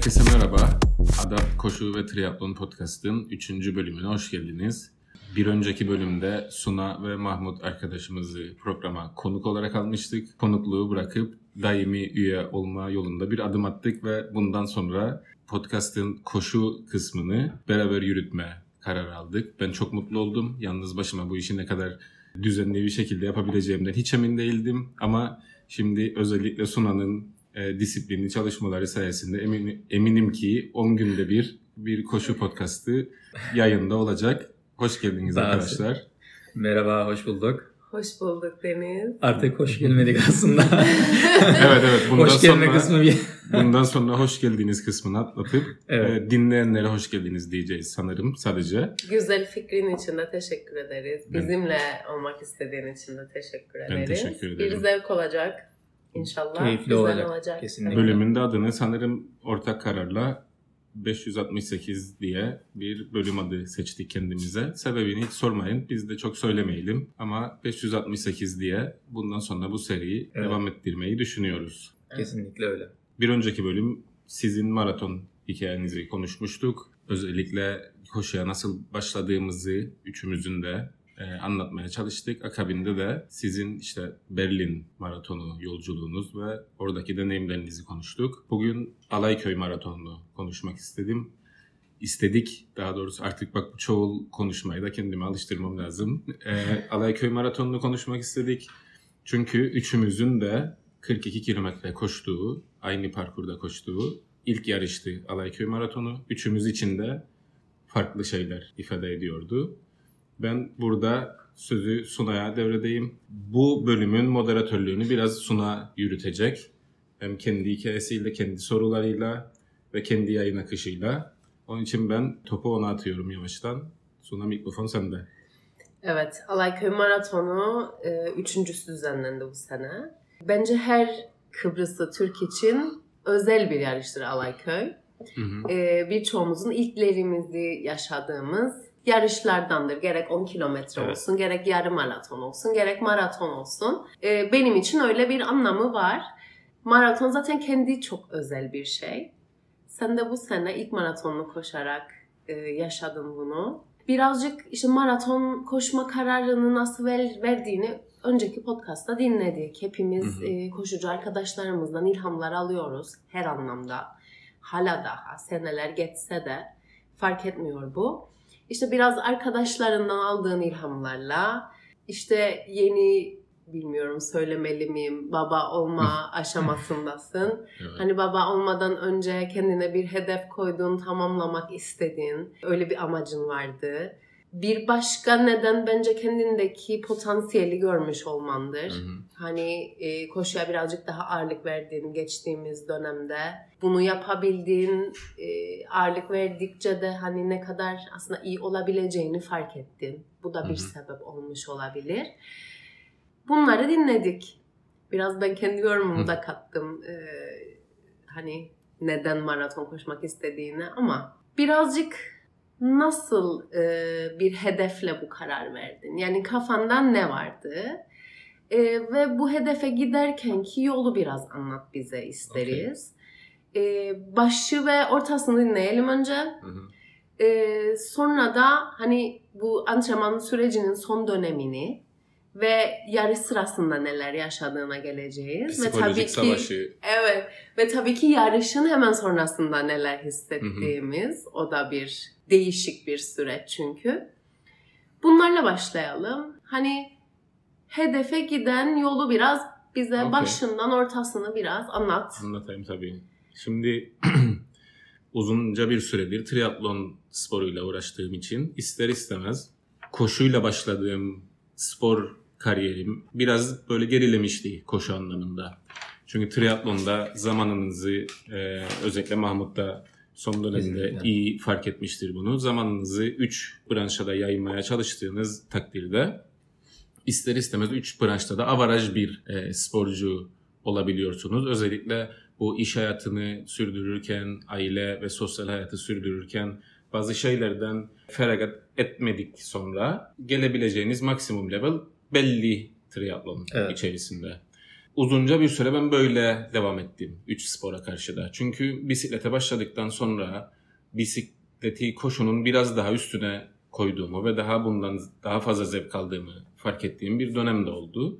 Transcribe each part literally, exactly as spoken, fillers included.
Herkese merhaba. Ada Koşu ve Triatlon Podcast'ın üçüncü bölümüne hoş geldiniz. Bir önceki bölümde Suna ve Mahmut arkadaşımızı programa konuk olarak almıştık. Konukluğu bırakıp daimi üye olma yolunda bir adım attık ve bundan sonra podcast'ın koşu kısmını beraber yürütme kararı aldık. Ben çok mutlu oldum. Yalnız başıma bu işi ne kadar düzenli bir şekilde yapabileceğimden hiç emin değildim. Ama şimdi özellikle Suna'nın E, disiplinli çalışmaları sayesinde emin, eminim ki on günde bir bir koşu podcast'ı yayında olacak. Hoş geldiniz Daha arkadaşlar. Merhaba, hoş bulduk. Hoş bulduk Deniz. Artık hoş gelmedik aslında. evet evet. Bundan hoş gelme sonra, kısmı bir. bundan sonra hoş geldiniz kısmını atlatıp evet. e, dinleyenlere hoş geldiniz diyeceğiz sanırım sadece. Güzel fikrin için de teşekkür ederiz. Bizimle ben, olmak istediğin için de teşekkür ederiz. Ben teşekkür ederim. Bir zevk olacak. İnşallah keyifli güzel olacak. olacak. Kesinlikle. Bölümün de adını sanırım ortak kararla beş yüz altmış sekiz diye bir bölüm adı seçtik kendimize. Sebebini hiç sormayın. Biz de çok söylemeyelim. Ama beş yüz altmış sekiz diye bundan sonra bu seriyi evet. devam ettirmeyi düşünüyoruz. Kesinlikle öyle. Bir önceki bölüm sizin maraton hikayenizi konuşmuştuk. Özellikle koşuya nasıl başladığımızı üçümüzün de e, anlatmaya çalıştık. Akabinde de sizin işte Berlin maratonu yolculuğunuz ve oradaki deneyimlerinizi konuştuk. Bugün Alayköy maratonunu konuşmak istedim. İstedik, daha doğrusu artık bak bu çoğul konuşmayı da kendime alıştırmam lazım. E, Alayköy maratonunu konuşmak istedik. Çünkü üçümüzün de kırk iki kilometre koştuğu, aynı parkurda koştuğu ilk yarıştı Alayköy maratonu. Üçümüz için de farklı şeyler ifade ediyordu. Ben burada sözü Suna'ya devredeyim. Bu bölümün moderatörlüğünü biraz Suna yürütecek. Hem kendi hikayesiyle, kendi sorularıyla ve kendi yayın akışıyla. Onun için ben topu ona atıyorum yavaştan. Suna, mikrofon sende. Evet, Alayköy maratonu e, üçüncüsü düzenlendi bu sene. Bence her Kıbrıslı Türk için özel bir yarıştır Alayköy. Hı hı. E, birçoğumuzun ilklerimizi yaşadığımız yarışlardandır. Gerek on kilometre evet. olsun, gerek yarım maraton olsun, gerek maraton olsun. Ee, benim için öyle bir anlamı var. Maraton zaten kendi çok özel bir şey. Sen de bu sene ilk maratonunu koşarak e, yaşadın bunu. Birazcık işte maraton koşma kararını nasıl ver, verdiğini önceki podcast'ta dinledik. Hepimiz e, koşucu arkadaşlarımızdan ilhamlar alıyoruz her anlamda. Hala daha seneler geçse de fark etmiyor bu. İşte biraz arkadaşlarından aldığın ilhamlarla, işte yeni, bilmiyorum söylemeli miyim, baba olma aşamasındasın. Evet. Hani baba olmadan önce kendine bir hedef koydun, tamamlamak istedin. Öyle bir amacın vardı. Bir başka neden bence kendindeki potansiyeli görmüş olmandır. Hı hı. Hani e, koşuya birazcık daha ağırlık verdiğin geçtiğimiz dönemde. Bunu yapabildiğin, e, ağırlık verdikçe de hani ne kadar aslında iyi olabileceğini fark ettin. Bu da bir hı hı. sebep olmuş olabilir. Bunları dinledik. Biraz ben kendi yorumumu da kattım. E, hani neden maraton koşmak istediğini, ama birazcık nasıl e, bir hedefle bu karar verdin? Yani kafandan ne vardı? E, ve bu hedefe giderkenki yolu biraz anlat bize isteriz. Okay. E, başı ve ortasını dinleyelim önce. Hı hı. E, sonra da hani bu antrenman sürecinin son dönemini ve yarış sırasında neler yaşadığına geleceğiz. Psikolojik ve tabii ki savaşı. Evet. Ve tabii ki yarışın hemen sonrasında neler hissettiğimiz. Hı hı. O da bir değişik bir süreç çünkü. Bunlarla başlayalım. Hani hedefe giden yolu biraz bize okay. başından ortasını biraz anlat. Anlatayım tabii. Şimdi uzunca bir süredir triatlon sporuyla uğraştığım için ister istemez koşuyla başladığım spor kariyerim biraz böyle gerilemişti koşu anlamında. Çünkü triatlonda zamanınızı e, özellikle Mahmut da son dönemde Kesinlikle. iyi fark etmiştir bunu. Zamanınızı üç branşa da yayınmaya çalıştığınız takdirde ister istemez üç branşta da avaraj bir e, sporcu olabiliyorsunuz. Özellikle bu iş hayatını sürdürürken, aile ve sosyal hayatı sürdürürken bazı şeylerden feragat etmedik sonra gelebileceğiniz maksimum level belli triatlon evet. içerisinde. uzunca bir süre ben böyle devam ettim üç spora karşı da. Çünkü bisiklete başladıktan sonra bisikleti koşunun biraz daha üstüne koyduğumu ve daha bundan daha fazla zevk aldığımı fark ettiğim bir dönem de oldu.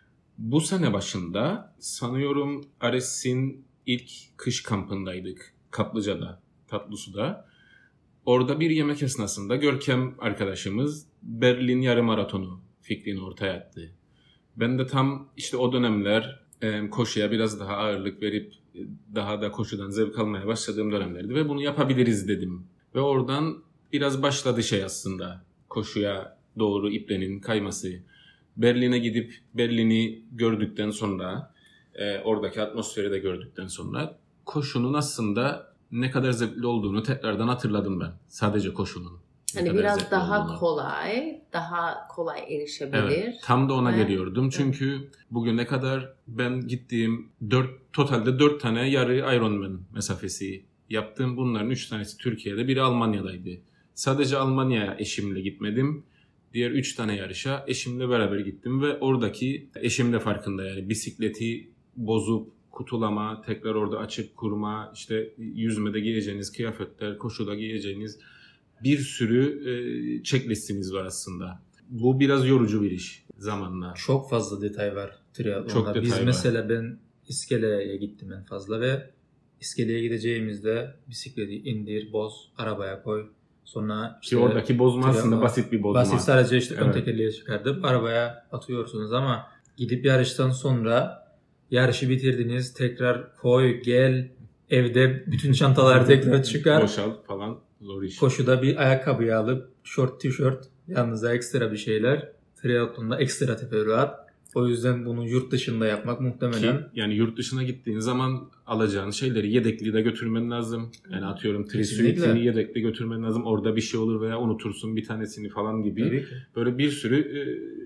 Bu sene başında sanıyorum Ares'in ilk kış kampındaydık Kaplıca'da, Tatlısu'da. Orada bir yemek esnasında Görkem arkadaşımız Berlin yarım maratonu fikrini ortaya attı. Ben de tam işte o dönemler e, koşuya biraz daha ağırlık verip e, daha da koşudan zevk almaya başladığım dönemlerdi ve bunu yapabiliriz dedim. Ve oradan biraz başladı şey aslında koşuya doğru iplerin kayması. Berlin'e gidip Berlin'i gördükten sonra, e, oradaki atmosferi de gördükten sonra koşunun aslında ne kadar zevkli olduğunu tekrardan hatırladım ben. Sadece koşunun. Hani biraz daha olduğunu. kolay, daha kolay erişebilir. Evet, tam da ona evet. geliyordum. Çünkü evet. bugüne kadar ben gittiğim dört, totalde dört tane yarı Ironman mesafesi yaptım. Bunların üç tanesi Türkiye'de, biri Almanya'daydı. Sadece Almanya'ya eşimle gitmedim. Diğer üç tane yarışa eşimle beraber gittim ve oradaki eşim de farkında yani bisikleti bozup kutulama, tekrar orada açıp kurma, işte yüzmede giyeceğiniz kıyafetler, koşuda giyeceğiniz bir sürü e, checklistiniz var aslında. Bu biraz yorucu bir iş zamanla. Çok fazla detay var triatlonda. Çok detay Biz var. mesela ben iskeleye gittim en fazla ve iskeleye gideceğimizde bisikleti indir, boz, arabaya koy. Sonra işte ki oradaki bozma triatlon, aslında basit bir bozma. Basit sadece işte evet. ön tekerleği çıkartıp arabaya atıyorsunuz ama gidip yarıştan sonra yarışı bitirdiniz, tekrar koy, gel, evde bütün çantalar tekrar çıkar. Boşalt falan zor iş. Koşuda bir ayakkabıyı alıp short tişört, yanınıza ekstra bir şeyler. Triatlonda ekstra teferruat. O yüzden bunu yurt dışında yapmak muhtemelen. Ki, yani yurt dışına gittiğin zaman alacağın şeyleri yedekli de götürmen lazım. Yani atıyorum trisuitini yedekli götürmen lazım. Orada bir şey olur veya unutursun bir tanesini falan gibi. Böyle bir sürü e,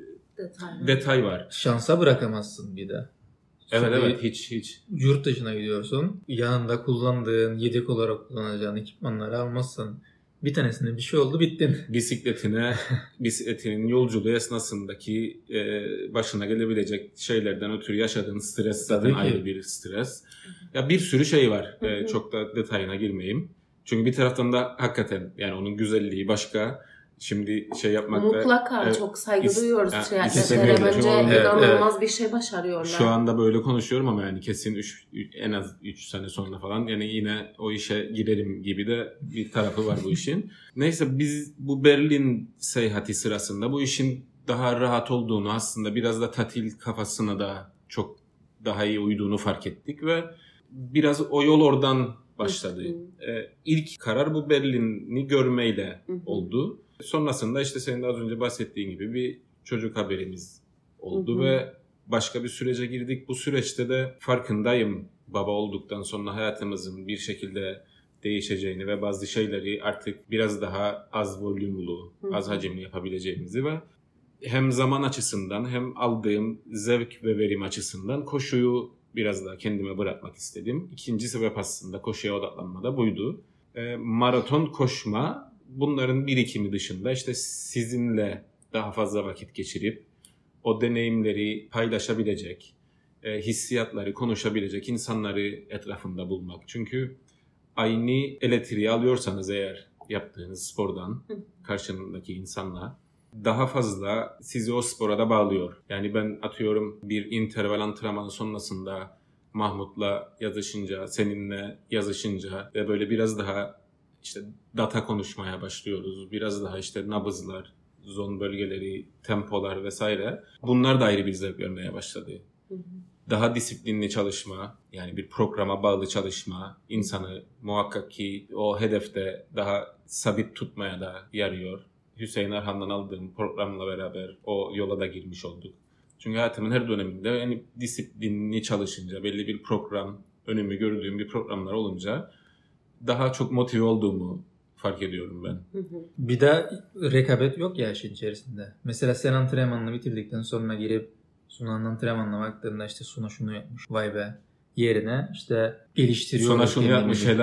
detay, detay var. Şansa bırakamazsın bir de. Evet Şimdi evet hiç hiç. Yurt dışına gidiyorsun. Yanında kullandığın, yedek olarak kullanacağın ekipmanları almazsan bir tanesinde bir şey oldu bittin. Bisikletine, bisikletinin yolculuğu esnasındaki e, başına gelebilecek şeylerden ötürü yaşadığın stres zaten ayrı bir stres. Ya bir sürü şey var. E, çok da detayına girmeyeyim. Çünkü bir taraftan da hakikaten yani onun güzelliği başka. Şimdi şey yapmakta... Mutlaka e, çok saygı is, duyuyoruz yani triatletlere. Bence evet, inanılmaz evet. bir şey başarıyorlar. Şu anda böyle konuşuyorum ama yani kesin üç, en az üç sene sonra falan yani yine o işe girerim gibi de bir tarafı var bu işin. Neyse biz bu Berlin seyahati sırasında bu işin daha rahat olduğunu aslında biraz da tatil kafasına da çok daha iyi uyduğunu fark ettik ve biraz o yol oradan başladı. Ee, ilk karar bu Berlin'i görmeyle oldu. Sonrasında işte senin de az önce bahsettiğin gibi bir çocuk haberimiz oldu hı hı. ve başka bir sürece girdik. Bu süreçte de farkındayım baba olduktan sonra hayatımızın bir şekilde değişeceğini ve bazı şeyleri artık biraz daha az volümlü, az hacimli yapabileceğimizi ve hem zaman açısından hem aldığım zevk ve verim açısından koşuyu biraz daha kendime bırakmak istedim. İkinci sebep aslında koşuya odaklanma da buydu. E, maraton koşma bunların birikimi dışında işte sizinle daha fazla vakit geçirip o deneyimleri paylaşabilecek, e, hissiyatları konuşabilecek insanları etrafında bulmak. Çünkü aynı elektriği alıyorsanız eğer yaptığınız spordan karşınızdaki insanla daha fazla sizi o spora da bağlıyor. Yani ben atıyorum bir interval antrenmanı sonrasında Mahmut'la yazışınca, seninle yazışınca ve böyle biraz daha işte data konuşmaya başlıyoruz. Biraz daha işte nabızlar, zon bölgeleri, tempolar vesaire. Bunlar da ayrı bir zevk vermeye başladı. Hı hı. Daha disiplinli çalışma, yani bir programa bağlı çalışma insanı muhakkak ki o hedefte daha sabit tutmaya da yarıyor. Hüseyin Arhan'dan aldığım programla beraber o yola da girmiş olduk. Çünkü hayatımın her döneminde yani disiplinli çalışınca, belli bir program, önümü gördüğüm bir programlar olunca daha çok motive olduğumu fark ediyorum ben. Bir de rekabet yok ya işin içerisinde. Mesela sen antrenmanını bitirdikten sonra girip Sunan'ın antrenmanına baktığında işte Suna şunu yapmış, vay be yerine işte geliştiriyor. Suna şunu yapmış, helal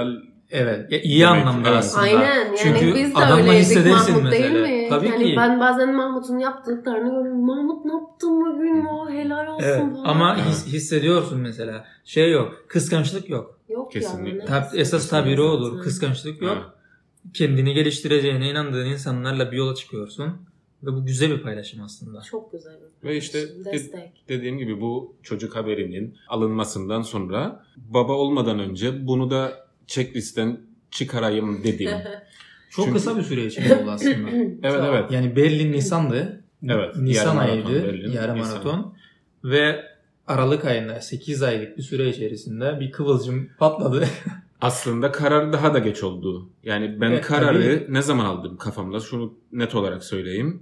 Evet. Ya, iyi Demek, anlamda evet. aslında. Aynen yani Çünkü biz de adamla öyleydik hissedersin Mahmut değil mesela. mi? Tabii yani ki. ben bazen Mahmut'un yaptıklarını görüyorum. Mahmut ne yaptın bugün ya? Helal olsun Evet. falan. Ama his, hissediyorsun mesela. Şey yok. Kıskançlık yok. Yok Kesinlikle. ya. Tab- esas tabiri odur. Kıskançlık yok. Evet. Kendini geliştireceğine inandığın insanlarla bir yola çıkıyorsun. Ve bu güzel bir paylaşım aslında. Çok güzel bir Ve işte destek. dediğim gibi bu çocuk haberinin alınmasından sonra baba olmadan önce bunu da checklist'ten çıkarayım dedim. Çok Çünkü- kısa bir süre içinde oldu aslında. Evet Çok. evet. Yani Berlin Nisan'dı. Evet, Nisan yarım maraton ayıydı. Berlin, Yarım Nisan. maraton. Ve Aralık ayında sekiz aylık bir süre içerisinde bir kıvılcım patladı. Aslında karar daha da geç oldu. Yani ben Evet, kararı tabii. ne zaman aldım kafamda? Şunu net olarak söyleyeyim.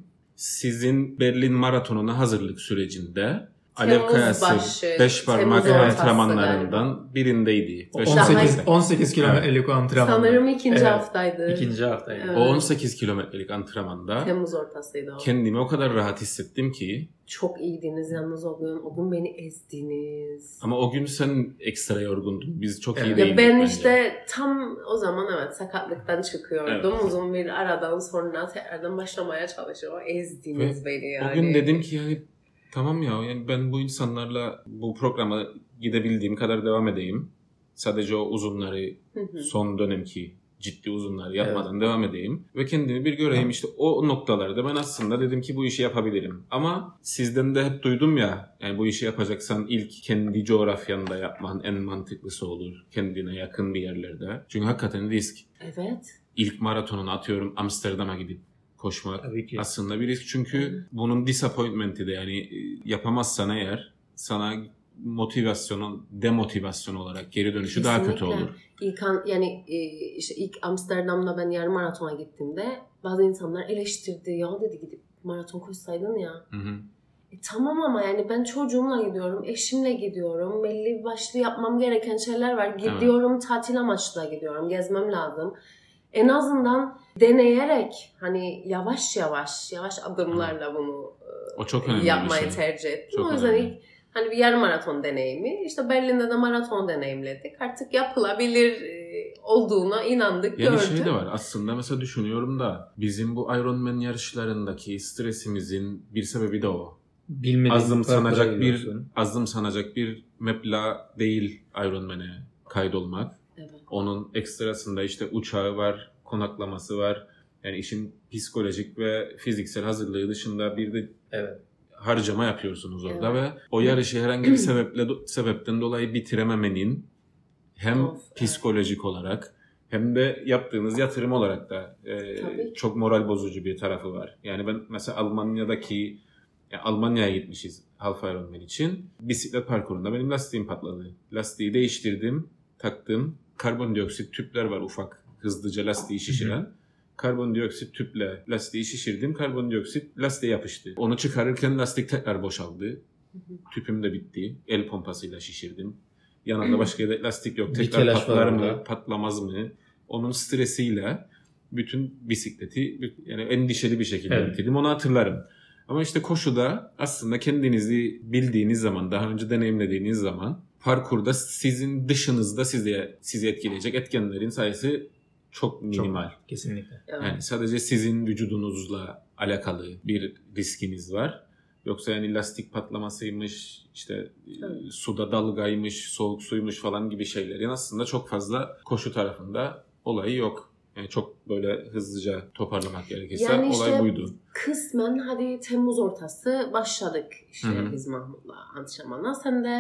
Sizin Berlin Maratonuna hazırlık sürecinde Alev Temmuz Kayası başı, beş parmak Temmuz ortası antrenmanlarından birindeydi. Beş Daha- on sekiz parmak. on sekiz kilometrelik o antrenman. Sanırım ikinci Evet. haftaydı. İkinci haftaydı. Evet. O on sekiz kilometrelik antrenmanda Temmuz ortasıydı o. kendimi o kadar rahat hissettim ki, Çok iyiydiniz yalnız o gün. O gün beni ezdiniz. ama o gün sen ekstra yorgundun. Biz çok iyi Evet. değildik Ya ben bence. işte tam o zaman evet sakatlıktan çıkıyordum. Evet. Uzun bir aradan sonra tekrardan başlamaya çalışıyorum. Ezdiniz beni yani. O gün dedim ki yani tamam ya, yani ben bu insanlarla bu programa gidebildiğim kadar devam edeyim. Sadece o uzunları, Hı hı. son dönemki ciddi uzunları yapmadan devam edeyim. Ve kendimi bir göreyim. İşte o noktalarda ben aslında dedim ki bu işi yapabilirim. Ama sizden de hep duydum ya, yani bu işi yapacaksan ilk kendi coğrafyanda yapman en mantıklısı olur. Kendine yakın bir yerlerde. Çünkü hakikaten risk. Evet. İlk maratonunu atıyorum Amsterdam'a gidip koşmak. Tabii ki. Aslında bir risk, çünkü bunun disappointment'i de, yani e, yapamazsan eğer sana motivasyonun demotivasyon olarak geri dönüşü daha kötü Kesinlikle. olur. İlk an, yani e, işte ilk Amsterdam'da ben yarım maratona gittiğimde bazı insanlar eleştirdi. Ya dedi gidip maraton koşsaydın ya. Hı hı. E, tamam ama yani ben çocuğumla gidiyorum, eşimle gidiyorum. Belli başlı yapmam gereken şeyler var. Gidiyorum tatil amaçlı da gidiyorum. Gezmem lazım. En azından deneyerek hani yavaş yavaş yavaş adımlarla bunu O çok önemli e, yapmayı bir şey. tercih ettim. Çok O yüzden önemli. ilk hani bir yarım maraton deneyimi. İşte Berlin'de de maraton deneyimledik. Artık yapılabilir e, olduğuna inandık, Yani gördük. şey de var aslında, mesela düşünüyorum da bizim bu Ironman yarışlarındaki stresimizin bir sebebi de o. Bilmediğin Azım parkura sanacak bir gidiyorsun. azım sanacak bir meblağ değil Ironman'e kaydolmak. Evet. Onun ekstrasında işte uçağı var, konaklaması var. Yani işin psikolojik ve fiziksel hazırlığı dışında bir de Evet. harcama yapıyorsunuz orada Evet. ve o yarışı herhangi bir sebeple sebepten dolayı bitirememenin hem Of, evet. psikolojik olarak hem de yaptığınız yatırım olarak da e, Tabii. çok moral bozucu bir tarafı var. Yani ben mesela Almanya'daki yani Almanya'ya gitmişiz Half Ironman için. Bisiklet parkurunda benim lastiğim patladı. Lastiği değiştirdim, taktım. Karbondioksit tüpler var ufak, hızlıca lastiği şişiren. Karbondioksit tüple lastiği şişirdim. Karbondioksit lastiğe yapıştı. Onu çıkarırken lastik tekrar boşaldı. Tüpüm de bitti. El pompasıyla şişirdim. Yanında başka yedek lastik yok. Bir Tekrar telaş patlar var mı, orada. patlamaz mı? Onun stresiyle bütün bisikleti yani endişeli bir şekilde Evet. bitirdim. Onu hatırlarım. Ama işte koşuda aslında kendinizi bildiğiniz zaman, daha önce deneyimlediğiniz zaman parkurda sizin dışınızda sizi, sizi etkileyecek etkenlerin sayısı çok minimal. Çok, kesinlikle. Evet. Yani sadece sizin vücudunuzla alakalı bir riskiniz var. Yoksa yani lastik patlamasıymış, işte Evet. e, suda dalgaymış, soğuk suymuş falan gibi şeylerin aslında çok fazla koşu tarafında olayı yok. Yani çok böyle hızlıca toparlamak gerekirse Yani olay işte buydu. kısmen hadi Temmuz ortası başladık işte Hı hı. biz Mahmut'la antrenmana. Sen de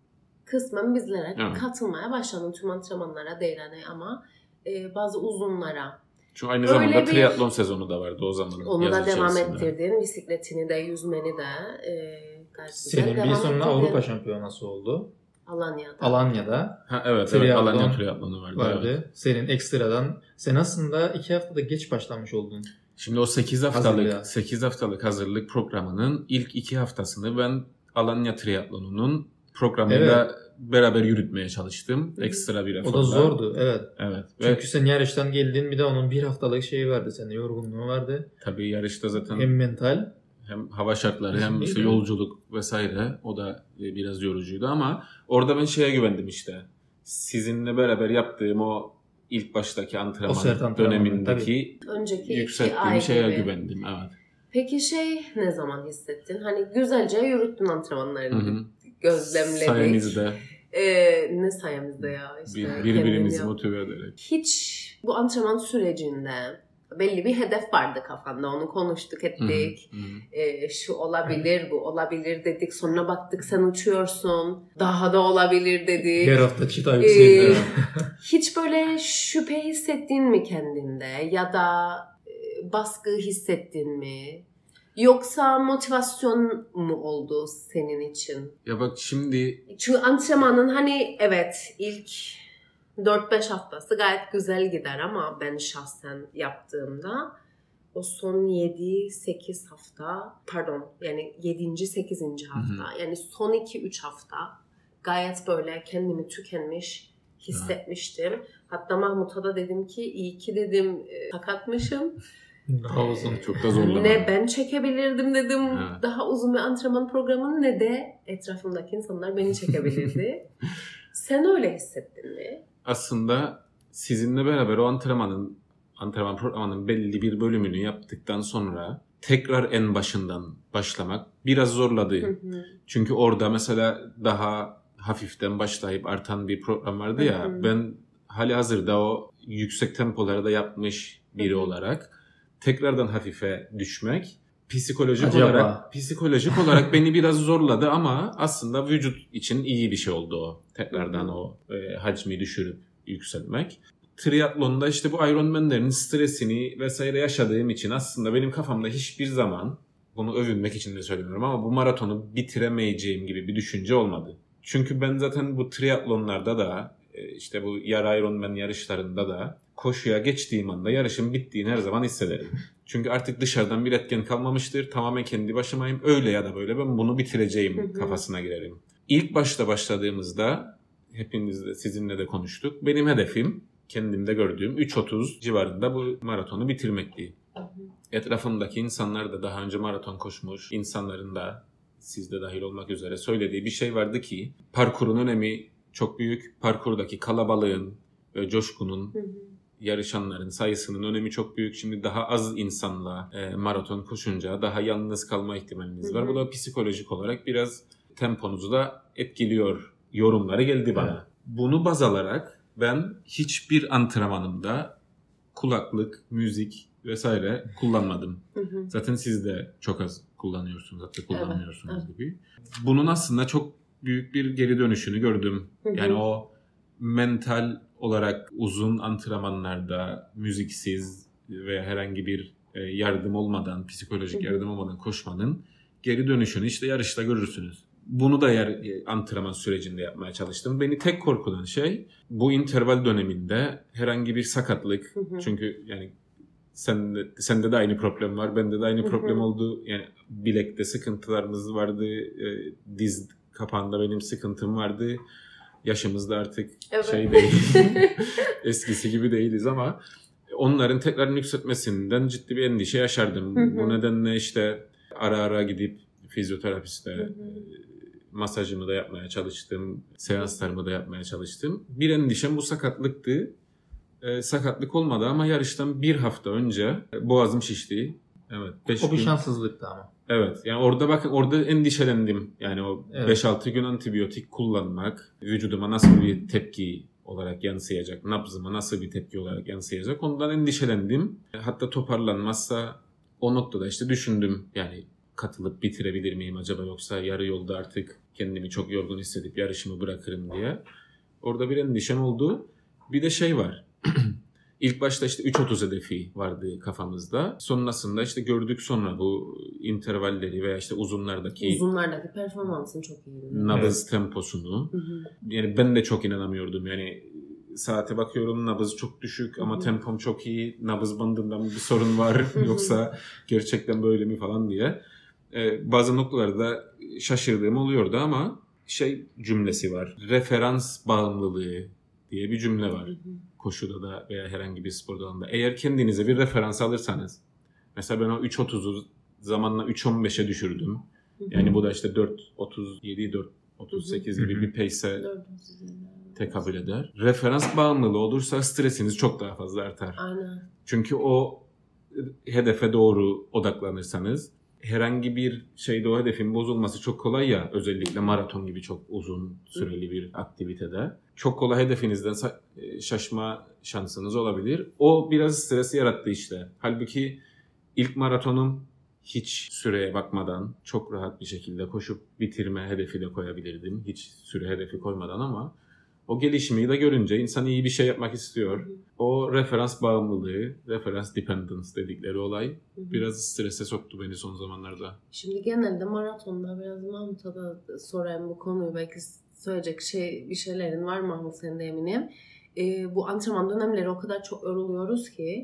kısmen bizlere Evet. katılmaya başladın tüm antrenmanlara değil hani ama e, bazı uzunlara. Çünkü aynı Öyle zamanda bir- triatlon sezonu da vardı o zaman. Onu yaz da devam içerisinde. ettirdin. Bisikletini de yüzmeni de e, gayet güzel Senin bir devam sonra ettirdin. Avrupa şampiyonası oldu. Alanya'da. Alanya'da Ha, evet, evet Triatlon Alanya triatlonu vardı. vardı. Evet. Senin ekstradan sen aslında iki haftada geç başlamış oldun. Şimdi o sekiz haftalık Hazırlığa. sekiz haftalık hazırlık programının ilk iki haftasını ben Alanya triatlonunun programıyla beraber yürütmeye çalıştım. Hı hı. Ekstra bir O eforla. da zordu, evet. Evet. Ve Çünkü sen yarıştan geldin, bir de onun bir haftalık şeyi vardı, senin yorgunluğu vardı. tabii yarışta zaten Hem mental. hem hava şartları hem işte Kesinlikle. yolculuk vesaire, o da e, biraz yorucuydu ama orada ben şeye güvendim işte. Sizinle beraber yaptığım o ilk baştaki antrenman, antrenman dönemindeki önceki yükselttiğim şeye gibi. güvendim. Evet. Peki şey ne zaman hissettin? Hani güzelce yürüttün antrenmanlarını. Hı hı. Gözlemledik. Sayenizde. Ee, ne sayemizde ya işte. Bir, birbirimizi motive ederek. Hiç bu antrenman sürecinde belli bir hedef vardı kafanda. Onu konuştuk ettik. Hı hı. Ee, şu olabilir, bu olabilir dedik. Sonra baktık sen uçuyorsun. Daha da olabilir dedik. Her hafta çıta yükseldi. Ee, hiç böyle şüphe hissettin mi kendinde? Ya da e, baskı hissettin mi? Yoksa motivasyon mu oldu senin için? Ya bak şimdi... Çünkü antrenmanın hani evet ilk dört beş haftası gayet güzel gider ama ben şahsen yaptığımda o son yedi sekiz hafta pardon yani yedinci sekizinci hafta hı hı. yani son iki üç hafta gayet böyle kendimi tükenmiş hissetmiştim. Ha. Hatta Mahmut'a da dedim ki iyi ki dedim sakatmışım. Daha uzun. Çok da zorlama. Ne ben çekebilirdim dedim evet. daha uzun bir antrenman programını ne de etrafımdaki insanlar beni çekebilirdi. Sen öyle hissettin mi? Aslında sizinle beraber o antrenmanın antrenman programının belli bir bölümünü yaptıktan sonra tekrar en başından başlamak biraz zorladı. Hı hı. Çünkü orada mesela daha hafiften başlayıp artan bir program vardı ya. Hı hı. Ben hali hazırda o yüksek tempolarda yapmış biri hı hı. olarak tekrardan hafife düşmek psikolojik Acaba. olarak psikolojik olarak beni biraz zorladı ama aslında vücut için iyi bir şey oldu o. Tekrardan Hı-hı. o e, hacmi düşürüp yükseltmek. Triatlonda işte bu Ironman'lerin stresini vesaire yaşadığım için aslında benim kafamda hiçbir zaman bunu övünmek için de söylemiyorum ama bu maratonu bitiremeyeceğim gibi bir düşünce olmadı. Çünkü ben zaten bu triatlonlarda da işte bu yarı Ironman yarışlarında da koşuya geçtiğim anda yarışın bittiğini her zaman hissederim. Çünkü artık dışarıdan bir etken kalmamıştır. Tamamen kendi başımayım. Öyle ya da böyle ben bunu bitireceğim hı hı. kafasına girerim. İlk başta başladığımızda hepinizle sizinle de konuştuk. Benim hedefim kendimde gördüğüm üç otuz civarında bu maratonu bitirmekti. Hı hı. Etrafımdaki insanlar da daha önce maraton koşmuş insanların da sizde dahil olmak üzere söylediği bir şey vardı ki parkurun önemi çok büyük. Parkurdaki kalabalığın ve coşkunun, hı hı. yarışanların sayısının önemi çok büyük. Şimdi daha az insanla e, maraton koşunca daha yalnız kalma ihtimaliniz hı hı. var. Bu da psikolojik olarak biraz temponuzu da etkiliyor yorumları geldi bana. Evet. Bunu baz alarak ben hiçbir antrenmanımda kulaklık, müzik vesaire kullanmadım. Hı hı. Zaten siz de çok az kullanıyorsunuz, hatta kullanmıyorsunuz evet, evet. gibi. Bunun aslında çok büyük bir geri dönüşünü gördüm. Hı hı. Yani o mental olarak uzun antrenmanlarda müziksiz ve herhangi bir yardım olmadan, psikolojik hı hı. yardım olmadan koşmanın geri dönüşünü işte yarışta görürsünüz. Bunu da yer, antrenman sürecinde yapmaya çalıştım. Beni tek korkulan şey bu interval döneminde herhangi bir sakatlık. Hı hı. Çünkü yani Sen, sende de aynı problem var. Bende de aynı problem hı hı. oldu. Yani bilekte sıkıntılarımız vardı. E, diz kapağında benim sıkıntım vardı. Yaşımızda artık evet. şey değil. Eskisi gibi değiliz ama onların tekrar yükseltmesinden ciddi bir endişe yaşardım. Hı hı. Bu nedenle işte ara ara gidip fizyoterapiste hı hı. masajımı da yapmaya çalıştım. Seanslarımı da yapmaya çalıştım. Bir endişem bu sakatlıktı. E, sakatlık olmadı ama yarıştan bir hafta önce boğazım şişti. Evet. Beş o bir gün... şanssızlıktı ama. Evet. Yani orada bakın orada endişelendim. Yani o evet. beş altı gün antibiyotik kullanmak vücuduma nasıl bir tepki olarak yansıyacak, nabzıma nasıl bir tepki olarak yansıyacak ondan endişelendim. Hatta toparlanmazsa o noktada işte düşündüm. Yani katılıp bitirebilir miyim acaba yoksa yarı yolda artık kendimi çok yorgun hissedip yarışımı bırakırım diye. Orada bir endişem oldu. Bir de şey var. İlk başta işte üç otuz hedefi vardı kafamızda. Sonrasında işte gördük sonra bu intervalleri veya işte uzunlardaki uzunlardaki performansın çok iyi. Nabız evet. temposunu. Hı hı. Yani ben de çok inanamıyordum. Yani saate bakıyorum nabız çok düşük ama hı hı. tempom çok iyi. Nabız bandında mı bir sorun var yoksa gerçekten böyle mi falan diye. Ee, bazı noktalarda şaşırdığım oluyordu ama şey cümlesi var. Referans bağımlılığı diye bir cümle var. Hı hı. Koşuda da veya herhangi bir spor dalında. Eğer kendinize bir referans alırsanız, mesela ben o üç otuzu zamanla üç on beşe düşürdüm. Hı hı. Yani bu da işte dört otuz yedi, dört otuz sekiz gibi bir pace'e tekabül eder. Referans bağımlılığı olursa stresiniz çok daha fazla artar. Aynen. Çünkü o hedefe doğru odaklanırsanız herhangi bir şeyde o hedefin bozulması çok kolay ya, özellikle maraton gibi çok uzun süreli bir aktivitede. Çok kolay hedefinizden şaşma şansınız olabilir. O biraz stresi yarattı işte. Halbuki ilk maratonum hiç süreye bakmadan çok rahat bir şekilde koşup bitirme hedefi de koyabilirdim. Hiç süre hedefi koymadan ama o gelişmeyi de görünce insan iyi bir şey yapmak istiyor. O referans bağımlılığı, referans dependence dedikleri olay biraz strese soktu beni son zamanlarda. Şimdi genelde maratonda biraz Mahmut'a da sorayım bu konuyu. Belki söyleyecek şey bir şeylerin var Mahmut, senin de eminim. Ee, bu antrenman dönemleri o kadar çok yoruluyoruz ki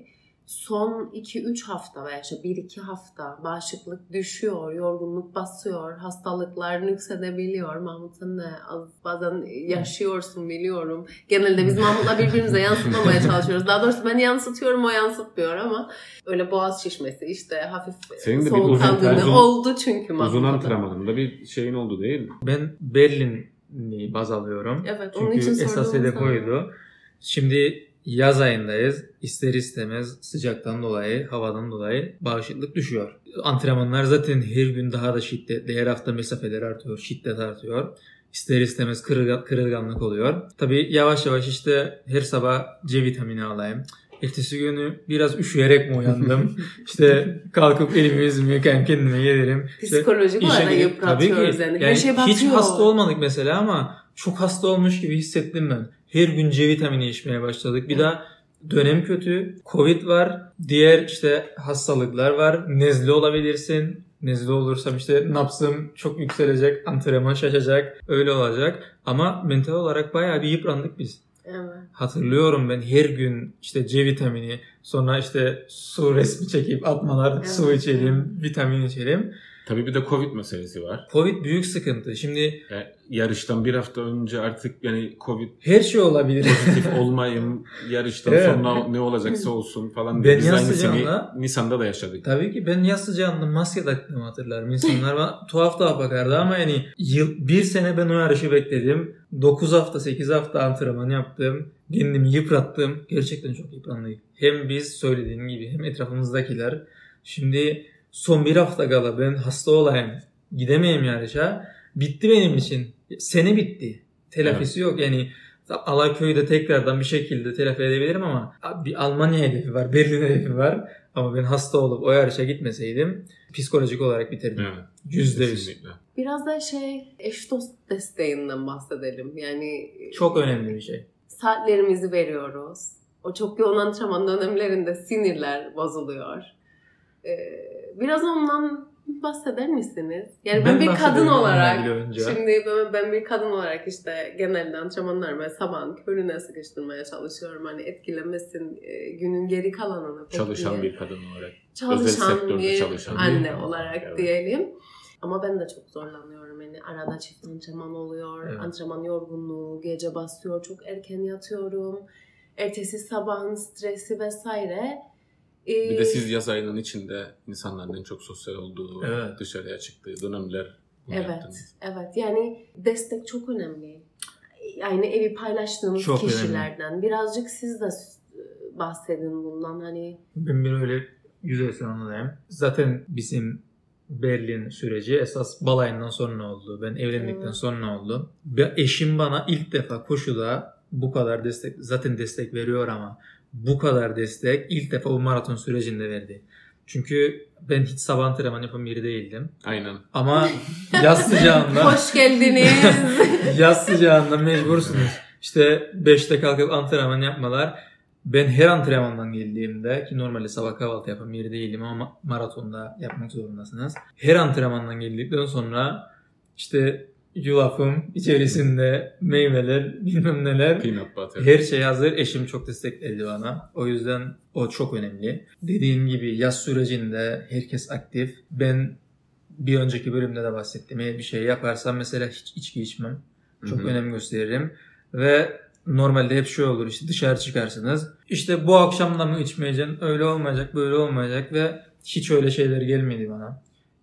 son iki üç hafta veya işte bir iki hafta bağışıklık düşüyor, yorgunluk basıyor, hastalıklar nüksedebiliyor. Mahmut, sen de az bazen yaşıyorsun biliyorum. Genelde biz Mahmut'la birbirimize yansıtmamaya çalışıyoruz. Daha doğrusu ben yansıtıyorum, o yansıtmıyor ama öyle boğaz şişmesi, işte hafif soğuk algınlığı oldu çünkü Mahmut'da. Uzun antrenmanında bir şeyin oldu değil mi? Ben Berlin'i baz alıyorum. Evet, çünkü onun için esas hedef oydu. Şimdi yaz ayındayız. İster istemez sıcaktan dolayı, havadan dolayı bağışıklık düşüyor. Antrenmanlar zaten her gün daha da şiddetli. Her hafta mesafeler artıyor, şiddet artıyor. İster istemez kırılgan, kırılganlık oluyor. Tabii yavaş yavaş işte her sabah C vitamini alayım. Ertesi günü biraz üşüyerek mi uyandım? İşte kalkıp elimi yüzümü yıkayım, kendime gelirim. Psikolojik işte olarak yıpratıyoruz yani. Her şey batıyor. Hiç hasta olmadık mesela ama çok hasta olmuş gibi hissettim ben. Her gün C vitamini içmeye başladık. Bir daha dönem kötü. Covid var. Diğer işte hastalıklar var. Nezle olabilirsin. Nezle olursam işte nabzım çok yükselecek. Antrenman şaşacak. Öyle olacak. Ama mental olarak bayağı bir yıprandık biz. Evet. Hatırlıyorum ben her gün işte C vitamini, sonra işte su resmi çekip atmalar, evet, su içelim, vitamin içelim. Tabii bir de Covid meselesi var. Covid büyük sıkıntı. Şimdi yani yarıştan bir hafta önce artık yani Covid her şey olabilir. Pozitif olmayayım, yarıştan evet. sonra ne olacaksa olsun falan. Ben yaz sıcağında Nisan'da da yaşadık. Tabii ki ben yaz sıcağında maske taktığımı hatırlarım. İnsanlar bana tuhaf tuhaf bakardı ama yani yıl, bir sene ben o yarışı bekledim. dokuz hafta sekiz hafta antrenman yaptım. Kendimi yıprattım. Gerçekten çok yıprandık. Hem biz söylediğin gibi hem etrafımızdakiler. Şimdi son bir hafta kala ben hasta olayım, gidemeyim yarışa. Bitti benim için. Sene bitti. Telafisi evet. yok. Yani Alayköy'de tekrardan bir şekilde telafi edebilirim ama bir Almanya hedefi var, Berlin hedefi var. Ama ben hasta olup o yarışa gitmeseydim psikolojik olarak bitirdim. Evet. Yüzde yüz. Biraz da şey, eş dost desteğinden bahsedelim. Yani çok önemli bir şey. Saatlerimizi veriyoruz. O çok yoğun antrenman dönemlerinde sinirler bozuluyor. Ee, biraz ondan bahseder misiniz? Yani ben, ben bir kadın olarak, şimdi ben, ben bir kadın olarak işte genelde antrenmanlarımı sabahın körüne sıkıştırmaya çalışıyorum. Hani etkilemesin e, günün geri kalanını. Çalışan diye. Bir kadın olarak. Çalışan bir çalışan anne bir. olarak evet. diyelim. Ama ben de çok zorlanıyorum. Yani arada çift antrenman oluyor. Evet. Antrenman yorgunluğu, gece basıyor, çok erken yatıyorum. Ertesi sabahın stresi vesaire. Bir de siz yaz ayının içinde insanların en çok sosyal olduğu, evet. dışarıya çıktığı dönemler. Evet, yaptınız. evet. Yani destek çok önemli. Yani evi paylaştığımız çok kişilerden. Önemli. Birazcık siz de bahsedin bundan. Hani ben bir öyle yüzeysel anlayayım. Zaten bizim Berlin süreci esas balayından sonra oldu. Ben evlendikten evet. sonra oldu. Eşim bana ilk defa koşuda bu kadar destek, zaten destek veriyor ama bu kadar destek ilk defa bu maraton sürecinde verdi. Çünkü ben hiç sabah antrenman yapan biri değildim. Aynen. Ama yaz sıcağında... Hoş geldiniz. Yaz sıcağında mecbursunuz. İşte beşte kalkıp antrenman yapmalar. Ben her antrenmandan geldiğimde, ki normalde sabah kahvaltı yapan biri değilim ama maratonda yapmak zorundasınız. Her antrenmandan geldikten sonra işte yulafım içerisinde meyveler, bilmem neler, her şey hazır. Eşim çok destekledi bana. O yüzden o çok önemli. Dediğim gibi yaz sürecinde herkes aktif. Ben bir önceki bölümde de bahsettim. Eğer bir şey yaparsam mesela hiç içki içmem. Çok Hı-hı. önem gösteririm. Ve normalde hep şey olur, işte dışarı çıkarsınız. İşte bu akşam da mı içmeyeceksin? Öyle olmayacak, böyle olmayacak ve hiç öyle şeyler gelmedi bana.